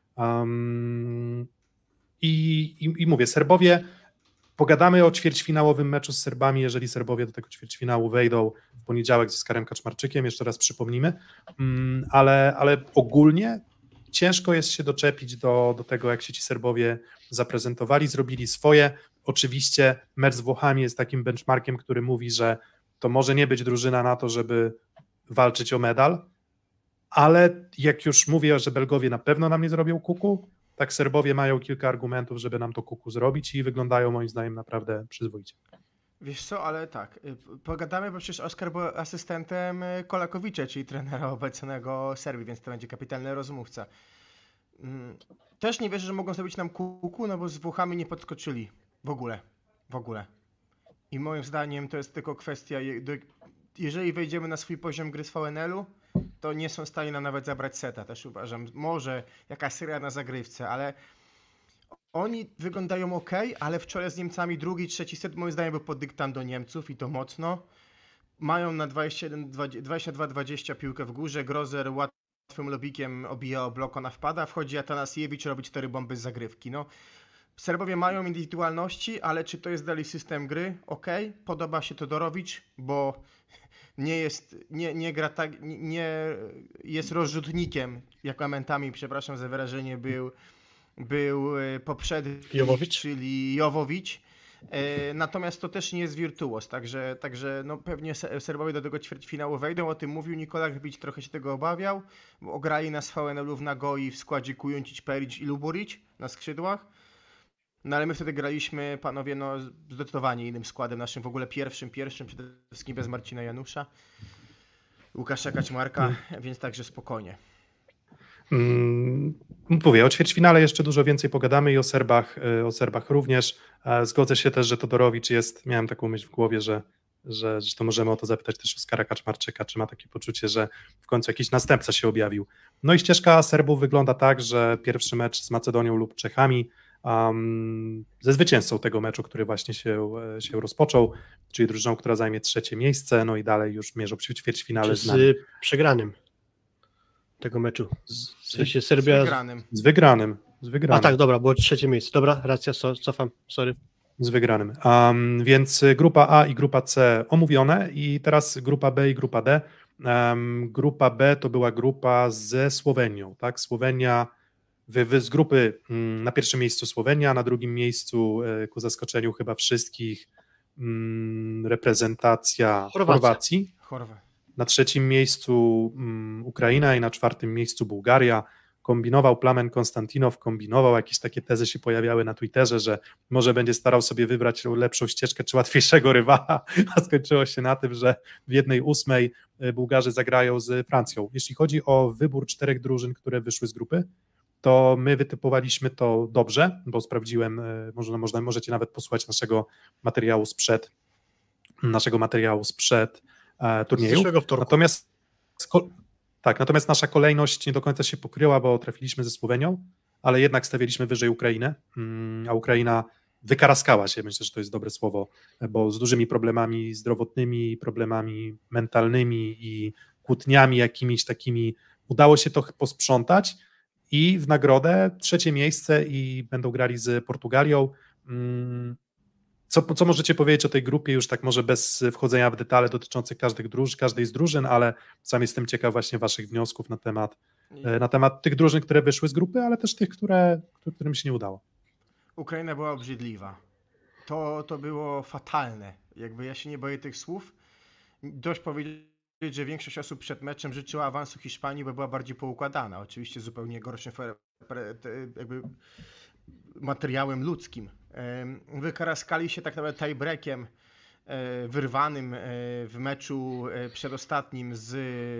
Um, i, i, I mówię, Serbowie, pogadamy o ćwierćfinałowym meczu z Serbami, jeżeli Serbowie do tego ćwierćfinału wejdą w poniedziałek z Oskarem Kaczmarczykiem, jeszcze raz przypomnimy, um, ale, ale ogólnie ciężko jest się doczepić do, do tego, jak się ci Serbowie zaprezentowali, zrobili swoje. Oczywiście mecz z Włochami jest takim benchmarkiem, który mówi, że to może nie być drużyna na to, żeby walczyć o medal, ale jak już mówię, że Belgowie na pewno nam nie zrobią kuku, tak Serbowie mają kilka argumentów, żeby nam to kuku zrobić i wyglądają moim zdaniem naprawdę przyzwoicie. Wiesz co, ale tak, y, pogadamy, bo przecież Oskar był asystentem y, Kolakowicza, czyli trenera obecnego Serbii, więc to będzie kapitalny rozmówca. Mm, Też nie wierzę, że mogą zrobić nam kuku, no bo z Włochami nie podskoczyli. W ogóle. W ogóle. I moim zdaniem to jest tylko kwestia, je- do, jeżeli wejdziemy na swój poziom gry z V N L-u, to nie są w stanie nam nawet zabrać seta, też uważam. Może jakaś seria na zagrywce, ale oni wyglądają ok, ale wczoraj z Niemcami drugi, trzeci set moim zdaniem był pod dyktant do Niemców i to mocno. Mają na dwadzieścia jeden, dwadzieścia dwa dwadzieścia piłkę w górze, Grozer łatwym lobikiem obija o blok, ona wpada, wchodzi Atanasiewicz, robi cztery bomby z zagrywki. No, Serbowie mają indywidualności, ale czy to jest dalej system gry? Ok, podoba się Todorowicz, bo nie jest, nie, nie gra tak, nie, nie jest rozrzutnikiem, jak momentami, przepraszam za wyrażenie, był, był e, poprzedni, Jowowicz? czyli Jowowicz. E, Natomiast to też nie jest wirtuoz, także, także no pewnie Se- Serbowie do tego ćwierćfinału wejdą, o tym mówił Nikola Grbić, trochę się tego obawiał, bo grali nas w V N L-u w Nagoi w składzie Kujundžić, Perić i Luburić na skrzydłach. No ale my wtedy graliśmy, panowie, no zdecydowanie innym składem, naszym w ogóle pierwszym, pierwszym, przede wszystkim bez Marcina Janusza, Łukasza Kaczmarka, więc także spokojnie. Mm, Mówię, o ćwierćfinale jeszcze dużo więcej pogadamy i o Serbach, y, o Serbach również. E, Zgodzę się też, że Todorowicz jest, miałem taką myśl w głowie, że, że, że to możemy o to zapytać też Oskara Kaczmarczyka, czy ma takie poczucie, że w końcu jakiś następca się objawił. No i ścieżka Serbów wygląda tak, że pierwszy mecz z Macedonią lub Czechami, um, ze zwycięzcą tego meczu, który właśnie się, e, się rozpoczął, czyli drużyną, która zajmie trzecie miejsce, no i dalej już mierzą się w ćwierćfinale Czy z nami. z przegranym tego meczu. W sensie Z Serbia... wygranym. Z wygranym, z A wygranym. tak, dobra, było trzecie miejsce. Dobra, racja, so, cofam, sorry. Z wygranym. Um, więc grupa A i grupa C omówione i teraz grupa B i grupa D. Um, grupa B to była grupa ze Słowenią, tak? Słowenia, wy, wy z grupy mm, na pierwszym miejscu Słowenia, na drugim miejscu e, ku zaskoczeniu chyba wszystkich mm, reprezentacja Chorwacja. Chorwacji, Chorwa. na trzecim miejscu mm, Ukraina i na czwartym miejscu Bułgaria. Kombinował Plamen Konstantinow, kombinował, jakieś takie tezy się pojawiały na Twitterze, że może będzie starał sobie wybrać lepszą ścieżkę czy łatwiejszego rywala, a skończyło się na tym, że w jednej ósmej Bułgarzy zagrają z Francją. Jeśli chodzi o wybór czterech drużyn, które wyszły z grupy, to my wytypowaliśmy to dobrze, bo sprawdziłem, może, można, możecie nawet posłuchać naszego materiału sprzed, naszego materiału sprzed e, turnieju. Zeszłego wtorku. Natomiast sko- tak, natomiast nasza kolejność nie do końca się pokryła, bo trafiliśmy ze Słowenią, ale jednak stawialiśmy wyżej Ukrainę, mm, a Ukraina wykaraskała się, myślę, że to jest dobre słowo, bo z dużymi problemami zdrowotnymi, problemami mentalnymi i kłótniami jakimiś takimi udało się to posprzątać i w nagrodę trzecie miejsce i będą grali z Portugalią. Mm, Co, co możecie powiedzieć o tej grupie, już tak może bez wchodzenia w detale dotyczące każdych druż, każdej z drużyn, ale sam jestem ciekaw właśnie waszych wniosków na temat, e, na temat tych drużyn, które wyszły z grupy, ale też tych, które, którym się nie udało. Ukraina była obrzydliwa. To, to było fatalne. Jakby ja się nie boję tych słów. Dość powiedzieć, że większość osób przed meczem życzyła awansu Hiszpanii, bo była bardziej poukładana. Oczywiście zupełnie gorszym fe- pre- te- jakby materiałem ludzkim. Em, Wykaraskali się tak naprawdę tiebreakiem e, wyrwanym e, w meczu e, przedostatnim z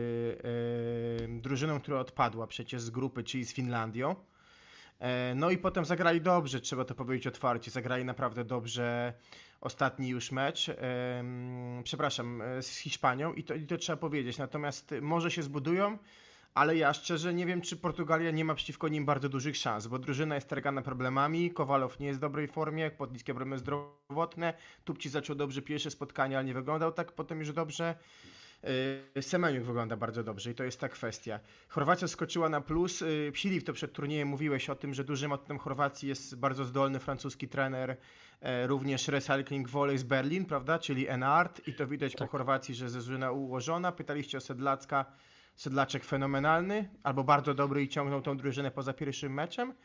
e, drużyną, która odpadła przecież z grupy, czyli z Finlandią. E, No i potem zagrali dobrze, trzeba to powiedzieć otwarcie, zagrali naprawdę dobrze ostatni już mecz, em, przepraszam, e, z Hiszpanią i to, i to trzeba powiedzieć, natomiast może się zbudują, ale ja szczerze nie wiem, czy Portugalia nie ma przeciwko nim bardzo dużych szans, bo drużyna jest targana problemami, Kowalow nie jest w dobrej formie, podliskie problemy zdrowotne, Tupci zaczął dobrze pierwsze spotkanie, ale nie wyglądał tak potem już dobrze. Semeniuk wygląda bardzo dobrze i to jest ta kwestia. Chorwacja skoczyła na plus. Filip, to przed turniejem mówiłeś o tym, że dużym atutem Chorwacji jest bardzo zdolny francuski trener, również Recycling Volley z Berlin, prawda, czyli Enart, i to widać tak po Chorwacji, że drużyna ułożona. Pytaliście o Sedlacka. Sedlaczek fenomenalny, albo bardzo dobry i ciągnął tą drużynę poza pierwszym meczem.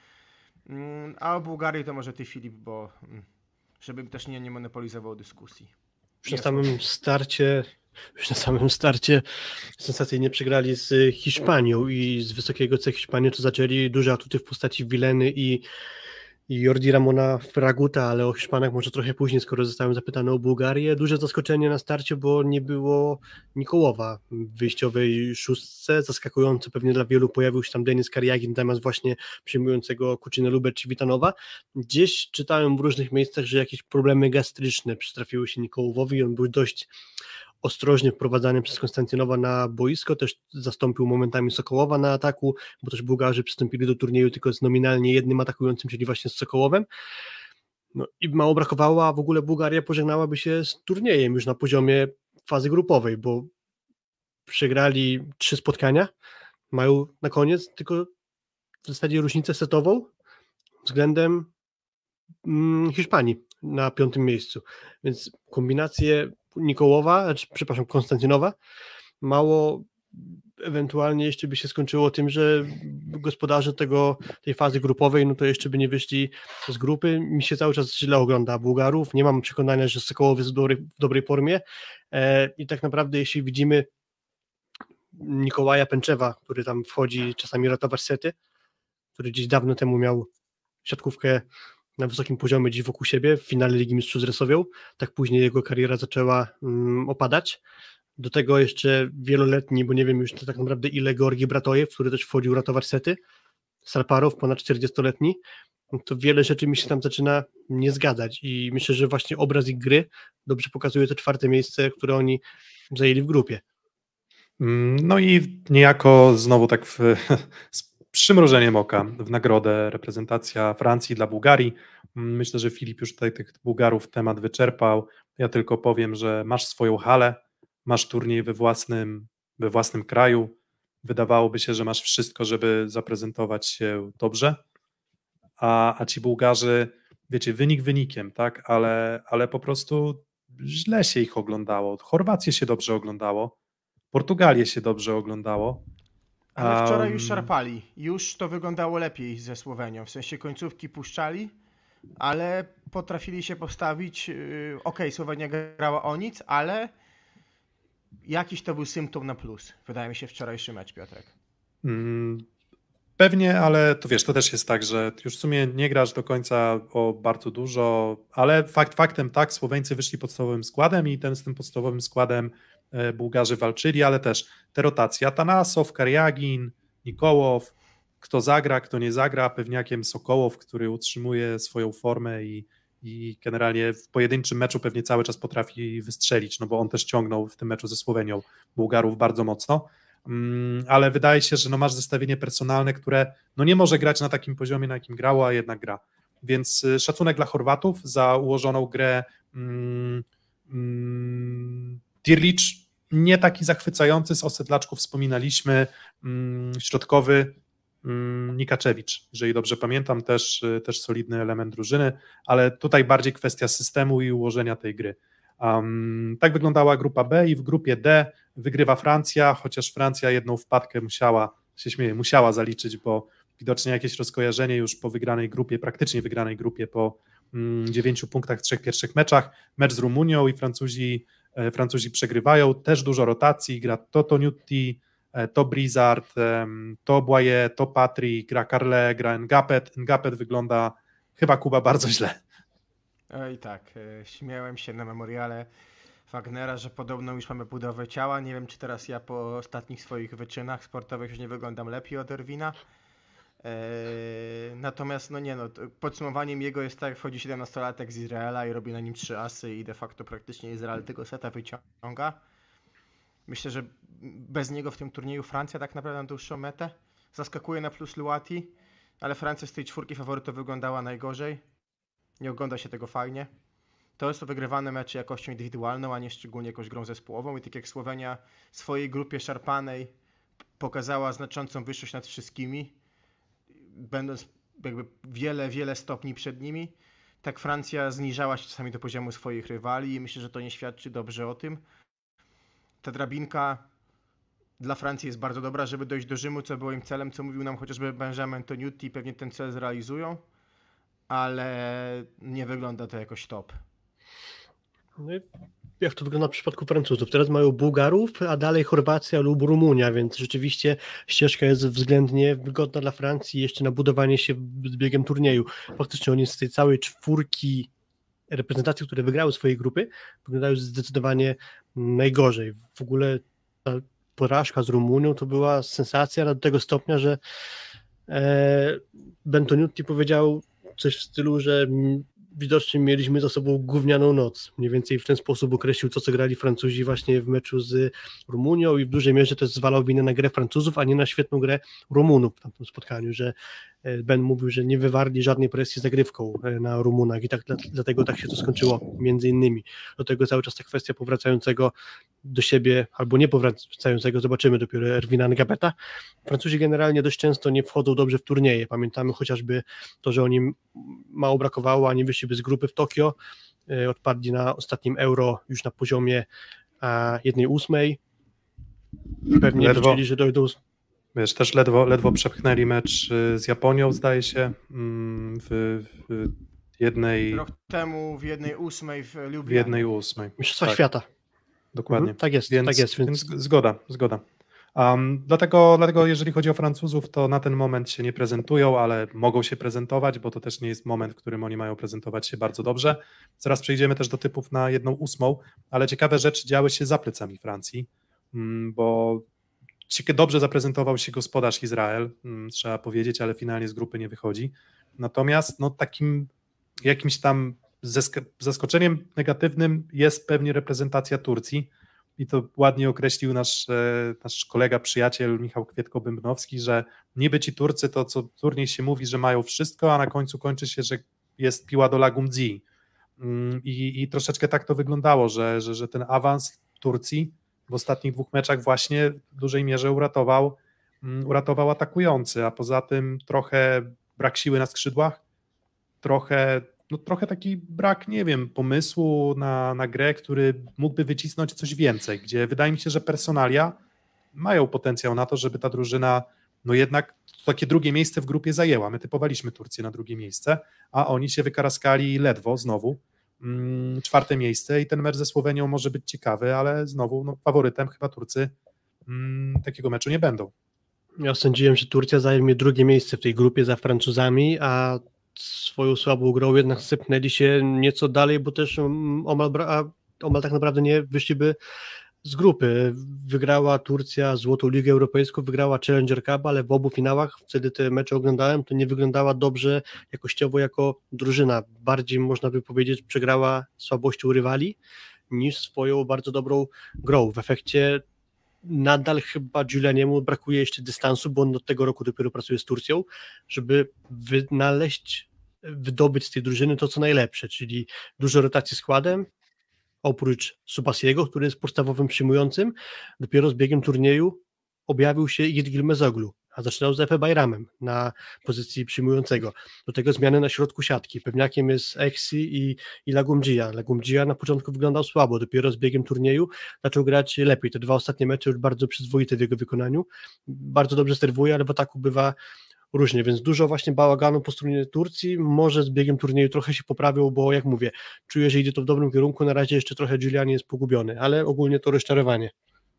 A o Bułgarii to może ty, Filip, bo żebym też nie, nie monopolizował dyskusji. Już na samym starcie Już na samym starcie sensacyjnie przegrali z Hiszpanią i z wysokiego C Hiszpanii to zaczęli duże atuty w postaci Vileny i, i Jordi Ramona Fraguta, ale o Hiszpanach może trochę później, skoro zostałem zapytany o Bułgarię. Duże zaskoczenie na starcie, bo nie było Nikołowa w wyjściowej szóstce. Zaskakujące pewnie dla wielu, pojawił się tam Denis Karyagin zamiast właśnie przyjmującego Kuczynę Lubę czy Witanowa. Gdzieś czytałem w różnych miejscach, że jakieś problemy gastryczne przytrafiły się Nikołowowi i on był dość ostrożnie wprowadzany przez Konstantynowa na boisko, też zastąpił momentami Sokołowa na ataku, bo też Bułgarzy przystąpili do turnieju tylko z nominalnie jednym atakującym, czyli właśnie z Sokołowem. No i mało brakowało, a w ogóle Bułgaria pożegnałaby się z turniejem już na poziomie fazy grupowej, bo przegrali trzy spotkania, mają na koniec tylko w zasadzie różnicę setową względem mm, Hiszpanii na piątym miejscu, więc kombinacje Nikołowa, przepraszam, Konstantynowa, mało ewentualnie jeszcze by się skończyło tym, że gospodarze tego, tej fazy grupowej, no to jeszcze by nie wyszli z grupy. Mi się cały czas źle ogląda Bułgarów, nie mam przekonania, że Sokołow jest w dobrej, w dobrej formie e, i tak naprawdę jeśli widzimy Nikołaja Pęczewa, który tam wchodzi czasami ratować sety, który gdzieś dawno temu miał siatkówkę na wysokim poziomie gdzieś wokół siebie w finale Ligi Mistrzów z Resowią, tak później jego kariera zaczęła um, opadać. Do tego jeszcze wieloletni, bo nie wiem już tak naprawdę ile, Georgi Bratojew, który też wchodził ratować sety, Sarparow, ponad czterdziestoletni, to wiele rzeczy mi się tam zaczyna nie zgadzać i myślę, że właśnie obraz ich gry dobrze pokazuje to czwarte miejsce, które oni zajęli w grupie. No i niejako znowu tak w, z przymrużeniem oka w nagrodę reprezentacja Francji dla Bułgarii. Myślę, że Filip już tutaj tych Bułgarów temat wyczerpał. Ja tylko powiem, że masz swoją halę, masz turniej we własnym, we własnym kraju. Wydawałoby się, że masz wszystko, żeby zaprezentować się dobrze, a, a ci Bułgarzy, wiecie, wynik wynikiem, tak, ale, ale po prostu źle się ich oglądało. Chorwację się dobrze oglądało, Portugalię się dobrze oglądało. Ale wczoraj już szarpali, już to wyglądało lepiej ze Słowenią, w sensie końcówki puszczali, ale potrafili się postawić, okej, okay, Słowenia grała o nic, ale jakiś to był symptom na plus, wydaje mi się, wczorajszy mecz, Piotrek. Mm, pewnie, ale to wiesz, to też jest tak, że już w sumie nie grasz do końca o bardzo dużo, ale fakt faktem tak, Słoweńcy wyszli podstawowym składem i ten z tym podstawowym składem Bułgarzy walczyli, ale też te rotacje, Atanasow, Karyagin, Nikołow, kto zagra, kto nie zagra, pewniakiem Sokołow, który utrzymuje swoją formę i, i generalnie w pojedynczym meczu pewnie cały czas potrafi wystrzelić, no bo on też ciągnął w tym meczu ze Słowenią Bułgarów bardzo mocno, um, ale wydaje się, że no masz zestawienie personalne, które no nie może grać na takim poziomie, na jakim grało, a jednak gra, więc szacunek dla Chorwatów za ułożoną grę. um, um, Tirlic nie taki zachwycający, z Osedlaczków wspominaliśmy, środkowy Nikaczewicz, jeżeli dobrze pamiętam, też, też solidny element drużyny, ale tutaj bardziej kwestia systemu i ułożenia tej gry. Um, tak wyglądała grupa B i w grupie D wygrywa Francja, chociaż Francja jedną wpadkę musiała, się śmieję, musiała zaliczyć, bo widocznie jakieś rozkojarzenie już po wygranej grupie, praktycznie wygranej grupie po mm, dziewięciu punktach w trzech pierwszych meczach, mecz z Rumunią i Francuzi Francuzi przegrywają, też dużo rotacji, gra to Toniutti, to Blizzard, to Boye, to Patry, gra Carle, gra Ngapet. Ngapet wygląda chyba, Kuba, bardzo źle. I tak, śmiałem się na memoriale Wagnera, że podobno już mamy budowę ciała. Nie wiem, czy teraz ja po ostatnich swoich wyczynach sportowych już nie wyglądam lepiej od Erwina. Eee, natomiast no nie no, podsumowaniem jego jest tak, wchodzi siedemnastolatek z Izraela i robi na nim trzy asy i de facto praktycznie Izrael tego seta wyciąga. Myślę, że bez niego w tym turnieju Francja tak naprawdę na dłuższą metę. Zaskakuje na plus Luati, ale Francja z tej czwórki faworytów wyglądała najgorzej. Nie ogląda się tego fajnie. To jest to wygrywane mecze jakością indywidualną, a nie szczególnie jakąś grą zespołową. I tak jak Słowenia w swojej grupie szarpanej pokazała znaczącą wyższość nad wszystkimi, będąc jakby wiele, wiele stopni przed nimi, tak Francja zniżała się czasami do poziomu swoich rywali i myślę, że to nie świadczy dobrze o tym. Ta drabinka dla Francji jest bardzo dobra, żeby dojść do Rzymu, co było im celem, co mówił nam chociażby Benjamin Toniutti, pewnie ten cel zrealizują, ale nie wygląda to jakoś top. No i jak to wygląda w przypadku Francuzów? Teraz mają Bułgarów, a dalej Chorwacja lub Rumunia, więc rzeczywiście ścieżka jest względnie wygodna dla Francji jeszcze na budowanie się z biegiem turnieju. Faktycznie oni z tej całej czwórki reprezentacji, które wygrały swojej grupy, wyglądają zdecydowanie najgorzej. W ogóle ta porażka z Rumunią to była sensacja do tego stopnia, że e, Bentoniutti powiedział coś w stylu, że widocznie mieliśmy za sobą gównianą noc. Mniej więcej w ten sposób określił to, co grali Francuzi właśnie w meczu z Rumunią i w dużej mierze też zwalał winę na grę Francuzów, a nie na świetną grę Rumunów w tamtym spotkaniu, że Ben mówił, że nie wywarli żadnej presji zagrywką na Rumunach i tak, dlatego tak się to skończyło między innymi. Do tego cały czas ta kwestia powracającego do siebie, albo nie powracającego, zobaczymy dopiero Erwina Ngabeta. Francuzi generalnie dość często nie wchodzą dobrze w turnieje. Pamiętamy chociażby to, że oni mało brakowało, a nie wyszliby z grupy w Tokio. Odpadli na ostatnim Euro już na poziomie jednej ósmej. Pewnie Ledwo. liczyli, że dojdą. Wiesz, też ledwo, ledwo przepchnęli mecz z Japonią, zdaje się, w, w jednej... Rok temu w jednej ósmej w Lublinie. W jednej ósmej. Mistrzostwa tak, świata. Dokładnie. Mhm, tak jest, więc, tak jest. Więc... więc zgoda, zgoda. Um, dlatego, dlatego jeżeli chodzi o Francuzów, to na ten moment się nie prezentują, ale mogą się prezentować, bo to też nie jest moment, w którym oni mają prezentować się bardzo dobrze. Zaraz przejdziemy też do typów na jedną ósmą, ale ciekawe rzeczy działy się za plecami Francji, bo dobrze zaprezentował się gospodarz Izrael, trzeba powiedzieć, ale finalnie z grupy nie wychodzi. Natomiast no, takim jakimś tam zaskoczeniem negatywnym jest pewnie reprezentacja Turcji i to ładnie określił nasz, nasz kolega, przyjaciel Michał Kwietko-Bębnowski, że niby ci Turcy to co turniej się mówi, że mają wszystko, a na końcu kończy się, że jest piła do Lagumdzi. I, i troszeczkę tak to wyglądało, że, że, że ten awans Turcji w ostatnich dwóch meczach właśnie w dużej mierze uratował, uratował atakujący, a poza tym trochę brak siły na skrzydłach, trochę, no trochę taki brak, nie wiem, pomysłu na, na grę, który mógłby wycisnąć coś więcej, gdzie wydaje mi się, że personalia mają potencjał na to, żeby ta drużyna no jednak takie drugie miejsce w grupie zajęła. My typowaliśmy Turcję na drugie miejsce, a oni się wykaraskali ledwo znowu. Czwarte miejsce i ten mecz ze Słowenią może być ciekawy, ale znowu no, faworytem chyba Turcy mm, takiego meczu nie będą. Ja sądziłem, że Turcja zajmie drugie miejsce w tej grupie za Francuzami, a swoją słabą grą jednak sypnęli się nieco dalej, bo też omal, omal tak naprawdę nie wyszliby z grupy. Wygrała Turcja Złotą Ligę Europejską, wygrała Challenger Cup, ale w obu finałach, wtedy te mecze oglądałem, to nie wyglądała dobrze jakościowo jako drużyna. Bardziej można by powiedzieć, przegrała słabością rywali niż swoją bardzo dobrą grą. W efekcie nadal chyba Giulianiemu brakuje jeszcze dystansu, bo on od tego roku dopiero pracuje z Turcją, żeby wynaleźć, wydobyć z tej drużyny to co najlepsze, czyli dużo rotacji składem, oprócz Subasiego, który jest podstawowym przyjmującym, dopiero z biegiem turnieju objawił się Yildirim Mezoglu, a zaczynał z Efe Bayramem na pozycji przyjmującego. Do tego zmiany na środku siatki. Pewniakiem jest Exi i, i Lagumdzija. Lagumdzija na początku wyglądał słabo, dopiero z biegiem turnieju zaczął grać lepiej. Te dwa ostatnie mecze już bardzo przyzwoite w jego wykonaniu. Bardzo dobrze serwuje, ale w ataku bywa różnie, więc dużo właśnie bałaganu po stronie Turcji, może z biegiem turnieju trochę się poprawił, bo jak mówię, czuję, że idzie to w dobrym kierunku, na razie jeszcze trochę Giuliani jest pogubiony, ale ogólnie to rozczarowanie.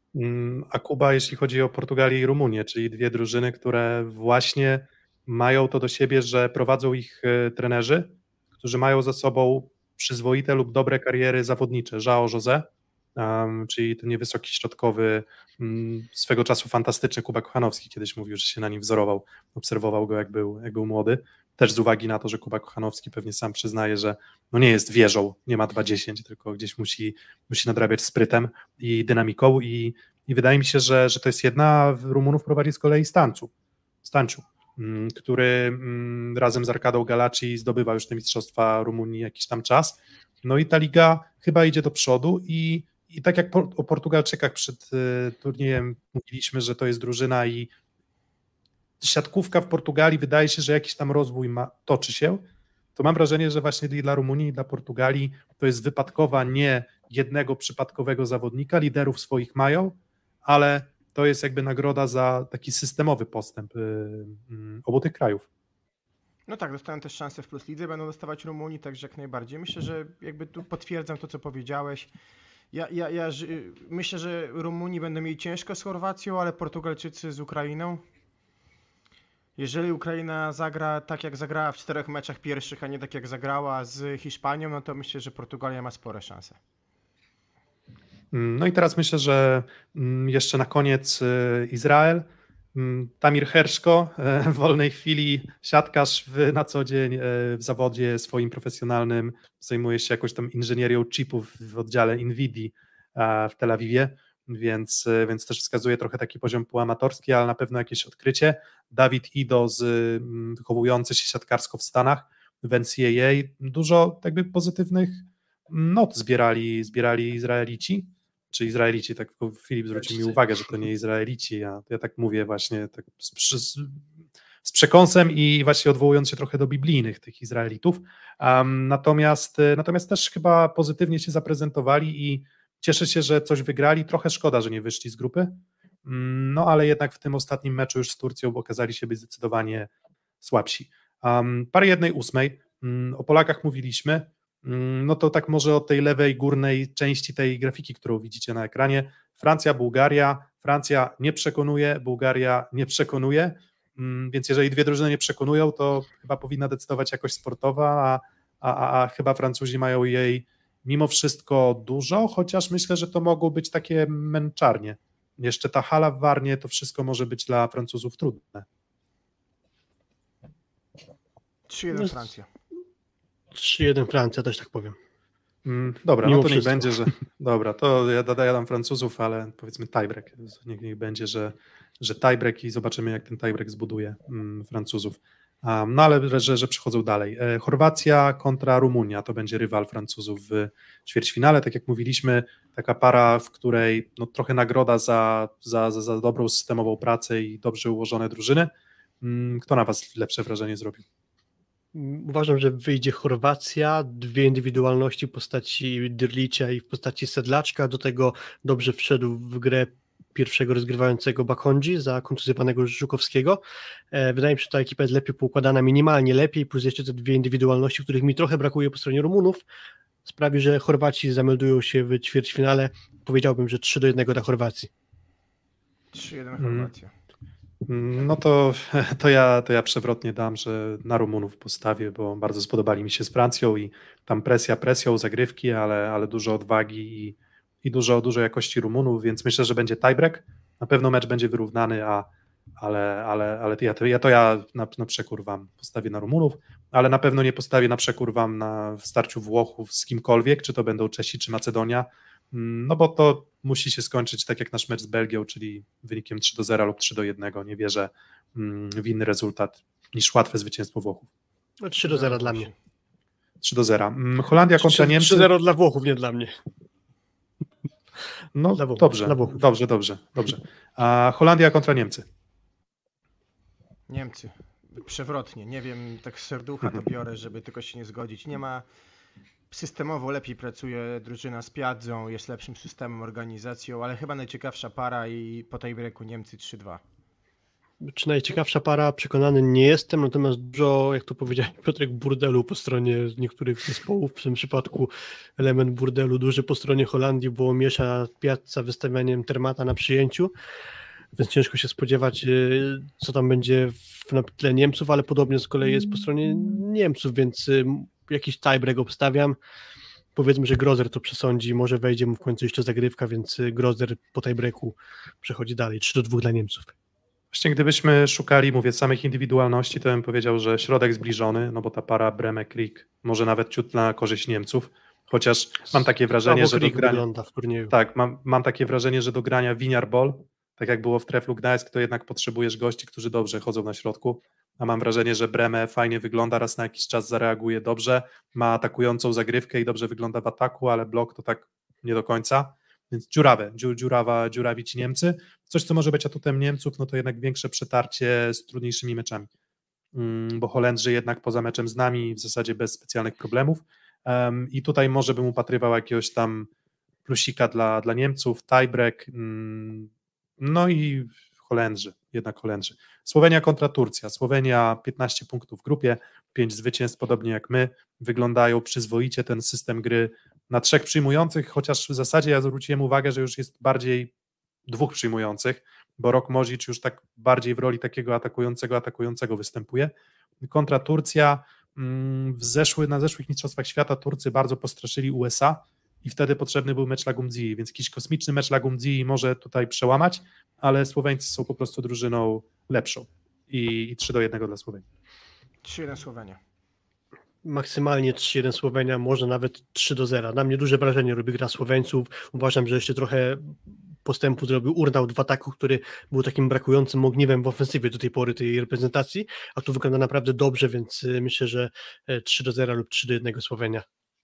A Kuba, jeśli chodzi o Portugalię i Rumunię, czyli dwie drużyny, które właśnie mają to do siebie, że prowadzą ich trenerzy, którzy mają za sobą przyzwoite lub dobre kariery zawodnicze. João José, Um, czyli ten niewysoki środkowy, um, swego czasu fantastyczny Kuba Kochanowski kiedyś mówił, że się na nim wzorował, obserwował go jak był, jak był młody, też z uwagi na to, że Kuba Kochanowski pewnie sam przyznaje, że no nie jest wieżą, nie ma dwa dziesięć, tylko gdzieś musi, musi nadrabiać sprytem i dynamiką i, i wydaje mi się, że, że to jest jedna, a Rumunów prowadzi z kolei Stanciu, Stanciu który razem z Arkadą Galaci zdobywa już te mistrzostwa Rumunii jakiś tam czas. No i ta liga chyba idzie do przodu i, i tak jak po, o Portugalczykach przed y, turniejem mówiliśmy, że to jest drużyna i siatkówka w Portugalii wydaje się, że jakiś tam rozwój ma, toczy się, to mam wrażenie, że właśnie dla Rumunii i dla Portugalii to jest wypadkowa nie jednego przypadkowego zawodnika, liderów swoich mają, ale to jest jakby nagroda za taki systemowy postęp y, y, obu tych krajów. No tak, dostają też szansę w Plus Lidze, będą dostawać Rumunii, także jak najbardziej. Myślę, że jakby tu potwierdzam to, co powiedziałeś. Ja, ja, ja myślę, że Rumuni będą mieli ciężko z Chorwacją, ale Portugalczycy z Ukrainą. Jeżeli Ukraina zagra tak, jak zagrała w czterech meczach pierwszych, a nie tak, jak zagrała z Hiszpanią, no to myślę, że Portugalia ma spore szanse. No i teraz myślę, że jeszcze na koniec Izrael. Tamir Herszko, w wolnej chwili siatkarz w, na co dzień w zawodzie swoim profesjonalnym, zajmuje się jakąś tam inżynierią chipów w oddziale Nvidii w Tel Awiwie, więc, więc też wskazuje trochę taki poziom półamatorski, ale na pewno jakieś odkrycie. Dawid Ido, z, wychowujący się siatkarsko w Stanach, w N C A A, dużo jakby pozytywnych not zbierali, zbierali Izraelici. Czy Izraelici, tak Filip zwrócił mi uwagę, że to nie Izraelici, ja, ja tak mówię właśnie tak z, z, z przekąsem i właśnie odwołując się trochę do biblijnych tych Izraelitów, um, natomiast, natomiast też chyba pozytywnie się zaprezentowali i cieszę się, że coś wygrali, trochę szkoda, że nie wyszli z grupy, no ale jednak w tym ostatnim meczu już z Turcją okazali się być zdecydowanie słabsi. Um, parę jednej ósmej, um, o Polakach mówiliśmy, no to tak może od tej lewej górnej części tej grafiki, którą widzicie na ekranie. Francja, Bułgaria. Francja nie przekonuje, Bułgaria nie przekonuje, więc jeżeli dwie drużyny nie przekonują, to chyba powinna decydować jakość sportowa, a, a, a chyba Francuzi mają jej mimo wszystko dużo, chociaż myślę, że to mogą być takie męczarnie. Jeszcze ta hala w Warnie, to wszystko może być dla Francuzów trudne. trzy jeden Francja. trzy jeden Francja, też tak powiem. Mm, dobra, Mimo no to niech wszystko. będzie, że dobra, to ja dodam Francuzów, ale powiedzmy tiebreak. Niech, niech będzie, że, że tiebreak i zobaczymy, jak ten tiebreak zbuduje mm, Francuzów. Um, no ale że, że przechodzą dalej. E, Chorwacja kontra Rumunia, to będzie rywal Francuzów w ćwierćfinale. Tak jak mówiliśmy, taka para, w której no, trochę nagroda za, za, za, za dobrą systemową pracę i dobrze ułożone drużyny. Mm, kto na was lepsze wrażenie zrobił? Uważam, że wyjdzie Chorwacja, dwie indywidualności w postaci Dirlicia i w postaci Sedlaczka, do tego dobrze wszedł w grę pierwszego rozgrywającego Bakondzi za kontuzjowanego Żukowskiego. Wydaje mi się, że ta ekipa jest lepiej poukładana, minimalnie lepiej, plus jeszcze te dwie indywidualności, których mi trochę brakuje po stronie Rumunów, sprawi, że Chorwaci zameldują się w ćwierćfinale. Powiedziałbym, że trzy do jednego dla Chorwacji. trzy jeden Chorwacja. No to, to, ja, to ja przewrotnie dam, że na Rumunów postawię, bo bardzo spodobali mi się z Francją i tam presja presją, zagrywki, ale, ale dużo odwagi i, i dużo, dużo jakości Rumunów, więc myślę, że będzie tiebreak. Na pewno mecz będzie wyrównany, a, ale, ale, ale ja to ja, to ja na, na przekór wam postawię na Rumunów, ale na pewno nie postawię na przekór wam na, w starciu Włochów z kimkolwiek, czy to będą Czesi, czy Macedonia, no bo to musi się skończyć tak jak nasz mecz z Belgią, czyli wynikiem trzy do zera lub trzy do jednego. Nie wierzę w inny rezultat niż łatwe zwycięstwo Włochów. trzy do zera dla mnie. trzy do zera. Holandia kontra Niemcy. trzy zero dla Włochów, nie dla mnie. No dla Włochów, dobrze, dla Włochów. dobrze, dobrze, dobrze. A Holandia kontra Niemcy. Niemcy. Przewrotnie. Nie wiem, tak z serducha to biorę, żeby tylko się nie zgodzić. Nie ma... Systemowo lepiej pracuje drużyna z Piazzą, jest lepszym systemem, organizacją, ale chyba najciekawsza para i po tej breaku Niemcy trzy dwa. Czy najciekawsza para? Przekonany nie jestem, natomiast dużo, jak to powiedział Piotrek, burdelu po stronie niektórych zespołów, w tym przypadku element burdelu duży po stronie Holandii, bo miesza Piazza wystawianiem Termata na przyjęciu, więc ciężko się spodziewać, co tam będzie w, na tle Niemców, ale podobnie z kolei jest po stronie Niemców, więc jakiś tiebreak obstawiam. Powiedzmy, że Grozer to przesądzi, może wejdzie mu w końcu jeszcze zagrywka, więc Grozer po tiebreaku przechodzi dalej. trzy do dwóch dla Niemców. Właśnie gdybyśmy szukali, mówię, samych indywidualności, to bym powiedział, że środek zbliżony, no bo ta para Bremek-Krik może nawet ciut na korzyść Niemców. Chociaż mam takie wrażenie, że do grania, wygląda w turnieju. tak, mam, mam takie wrażenie, że do grania Winiar Ball, tak jak było w Treflu Gdańsk, to jednak potrzebujesz gości, którzy dobrze chodzą na środku, a mam wrażenie, że Breme fajnie wygląda, raz na jakiś czas zareaguje dobrze, ma atakującą zagrywkę i dobrze wygląda w ataku, ale blok to tak nie do końca, więc dziurawe, dziur, dziurawa, dziurawi ci Niemcy. Coś, co może być atutem Niemców, no to jednak większe przetarcie z trudniejszymi meczami, bo Holendrzy jednak poza meczem z nami w zasadzie bez specjalnych problemów. Um, i tutaj może bym upatrywał jakiegoś tam plusika dla, dla Niemców, tiebreak, um, no i Holendrzy, jednak Holendrzy. Słowenia kontra Turcja. Słowenia piętnaście punktów w grupie, pięć zwycięstw, podobnie jak my, wyglądają przyzwoicie, ten system gry na trzech przyjmujących, chociaż w zasadzie ja zwróciłem uwagę, że już jest bardziej dwóch przyjmujących, bo Rok Mozic już tak bardziej w roli takiego atakującego, atakującego występuje. Kontra Turcja, w zeszły, na zeszłych Mistrzostwach Świata Turcy bardzo postraszyli U S A i wtedy potrzebny był mecz Lagumdzii, więc jakiś kosmiczny mecz Lagumdzii może tutaj przełamać, ale Słoweńcy są po prostu drużyną lepszą i, i trzy do jednego dla Słowenii. trzy jeden Słowenia. Maksymalnie trzy jeden Słowenia, może nawet trzy do zera. Na mnie duże wrażenie robi gra Słoweńców. Uważam, że jeszcze trochę postępu zrobił Urnaut w ataku, który był takim brakującym ogniwem w ofensywie do tej pory tej reprezentacji, a tu wygląda naprawdę dobrze, więc myślę, że trzy do zera lub trzy do jednego Słowenia.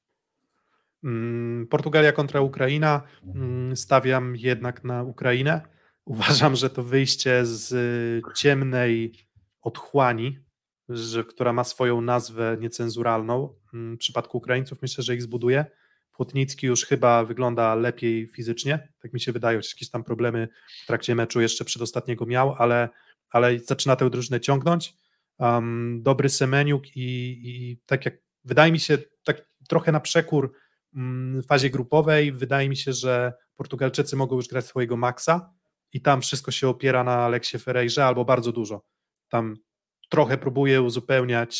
Portugalia kontra Ukraina. Stawiam jednak na Ukrainę. Uważam, że to wyjście z ciemnej otchłani, że, która ma swoją nazwę niecenzuralną, w przypadku Ukraińców myślę, że ich zbuduje. Płotnicki już chyba wygląda lepiej fizycznie, tak mi się wydaje, że jakieś tam problemy w trakcie meczu jeszcze przedostatniego miał, ale, ale zaczyna tę drużynę ciągnąć. Um, dobry Semeniuk i, i tak jak wydaje mi się, tak trochę na przekór um, w fazie grupowej, wydaje mi się, że Portugalczycy mogą już grać swojego maksa i tam wszystko się opiera na Aleksie Ferreirze albo bardzo dużo. Tam trochę próbuje uzupełniać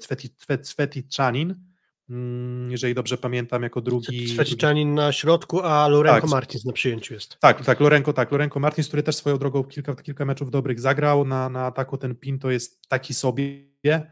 Cveticzanin, jeżeli dobrze pamiętam, jako drugi... Cveticzanin na środku, a Lorenko tak. Martins na przyjęciu jest. Tak, tak, Lorenko, tak, Lorenko Martins, który też swoją drogą kilka, kilka meczów dobrych zagrał, na, na ataku ten Pinto jest taki sobie,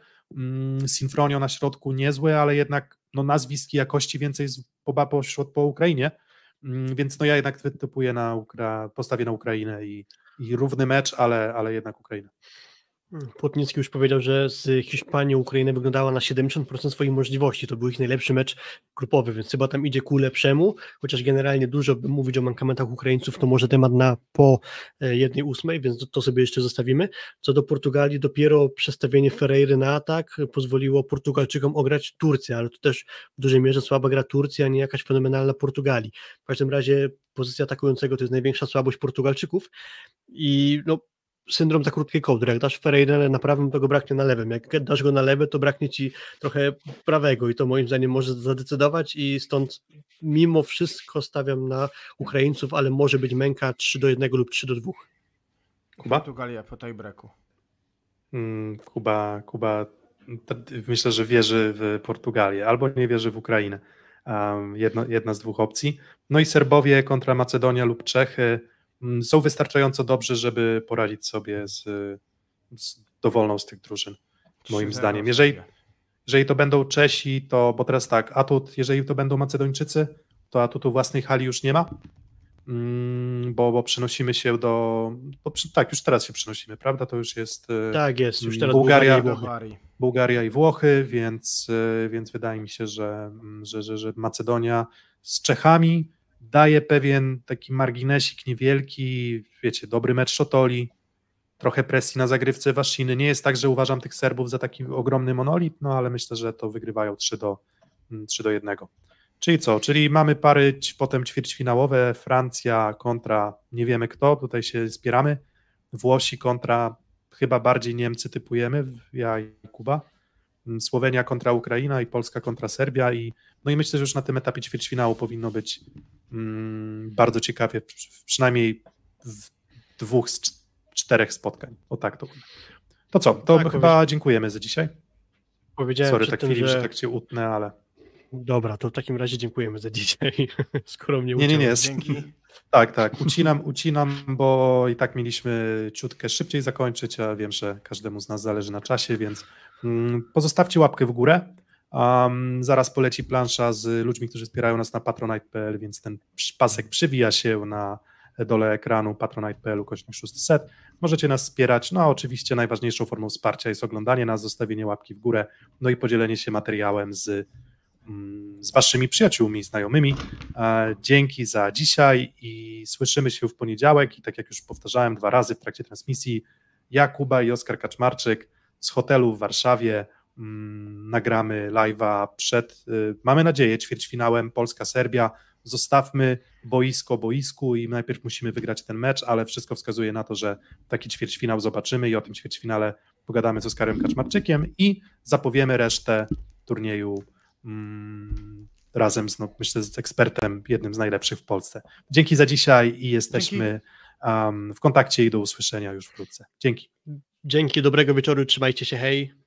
Sinfronio na środku niezły, ale jednak no, nazwisk i jakości więcej z, po, po, po Ukrainie, więc no ja jednak typuję na Ukra... postawię na Ukrainę i, i równy mecz, ale, ale jednak Ukraina. Płotnicki już powiedział, że z Hiszpanii Ukraina wyglądała na siedemdziesiąt procent swoich możliwości. To był ich najlepszy mecz grupowy, więc chyba tam idzie ku lepszemu, chociaż generalnie dużo by mówić o mankamentach Ukraińców, to może temat na po jednej ósmej, więc to sobie jeszcze zostawimy. Co do Portugalii, dopiero przestawienie Ferreiry na atak pozwoliło Portugalczykom ograć Turcję, ale to też w dużej mierze słaba gra Turcji, a nie jakaś fenomenalna Portugalii. W każdym razie pozycja atakującego to jest największa słabość Portugalczyków i no syndrom za krótkiej kołdry. Jak dasz Ferreirę na prawym, to go braknie na lewym. Jak dasz go na lewe, to braknie ci trochę prawego i to moim zdaniem może zadecydować i stąd mimo wszystko stawiam na Ukraińców, ale może być męka trzy do jednego lub trzy do dwóch. Kuba? Portugalia po tiebreaku. Hmm, Kuba, Kuba myślę, że wierzy w Portugalię albo nie wierzy w Ukrainę. Um, jedno, jedna z dwóch opcji. No i Serbowie kontra Macedonia lub Czechy są wystarczająco dobrzy, żeby poradzić sobie z, z dowolną z tych drużyn, moim zdaniem. Jeżeli, jeżeli to będą Czesi, to, bo teraz tak, atut, jeżeli to będą Macedończycy, to atutu własnej hali już nie ma, bo, bo przenosimy się do, bo, tak, już teraz się przenosimy, prawda, to już jest tak jest, już teraz Bułgaria, Bułgaria i Włochy, Bułgaria i Włochy, więc, więc wydaje mi się, że, że, że, że Macedonia z Czechami daje pewien taki marginesik niewielki, wiecie, dobry mecz Szotoli, trochę presji na zagrywce Wasziny. Nie jest tak, że uważam tych Serbów za taki ogromny monolit, no ale myślę, że to wygrywają trzy do jednego. Czyli co? Czyli mamy pary potem ćwierćfinałowe, Francja kontra nie wiemy kto, tutaj się spieramy, Włosi kontra chyba bardziej Niemcy typujemy, ja i Kuba, Słowenia kontra Ukraina i Polska kontra Serbia i no i myślę, że już na tym etapie ćwierćfinału powinno być mm, bardzo ciekawie, przynajmniej w dwóch z czterech spotkań. O tak to. To co? To tak, chyba powiedz... dziękujemy za dzisiaj. Powiedziałem Sorry, tak tym, Filip, że... że tak cię utnę, ale... Dobra, to w takim razie dziękujemy za dzisiaj, skoro mnie Nie, nie, nie. Dzięki. Tak, tak, ucinam, ucinam, bo i tak mieliśmy ciutkę szybciej zakończyć, a wiem, że każdemu z nas zależy na czasie, więc mm, pozostawcie łapkę w górę, Um, zaraz poleci plansza z ludźmi, którzy wspierają nas na patronite kropka p l, więc ten pasek przywija się na dole ekranu patronite kropka p l ukośnik sześćset. Możecie nas wspierać, no oczywiście najważniejszą formą wsparcia jest oglądanie nas, zostawienie łapki w górę, no i podzielenie się materiałem z, z waszymi przyjaciółmi, znajomymi. Dzięki za dzisiaj i słyszymy się w poniedziałek i tak jak już powtarzałem dwa razy w trakcie transmisji, ja, Kuba i Oskar Kaczmarczyk z hotelu w Warszawie nagramy live'a przed, mamy nadzieję, ćwierćfinałem Polska-Serbia. Zostawmy boisko boisku i najpierw musimy wygrać ten mecz, ale wszystko wskazuje na to, że taki ćwierćfinał zobaczymy i o tym ćwierćfinale pogadamy z Oskarem Kaczmarczykiem i zapowiemy resztę turnieju mm, razem z, no, myślę, z ekspertem, jednym z najlepszych w Polsce. Dzięki za dzisiaj i jesteśmy um, w kontakcie i do usłyszenia już wkrótce. Dzięki. Dzięki, dobrego wieczoru, trzymajcie się, hej.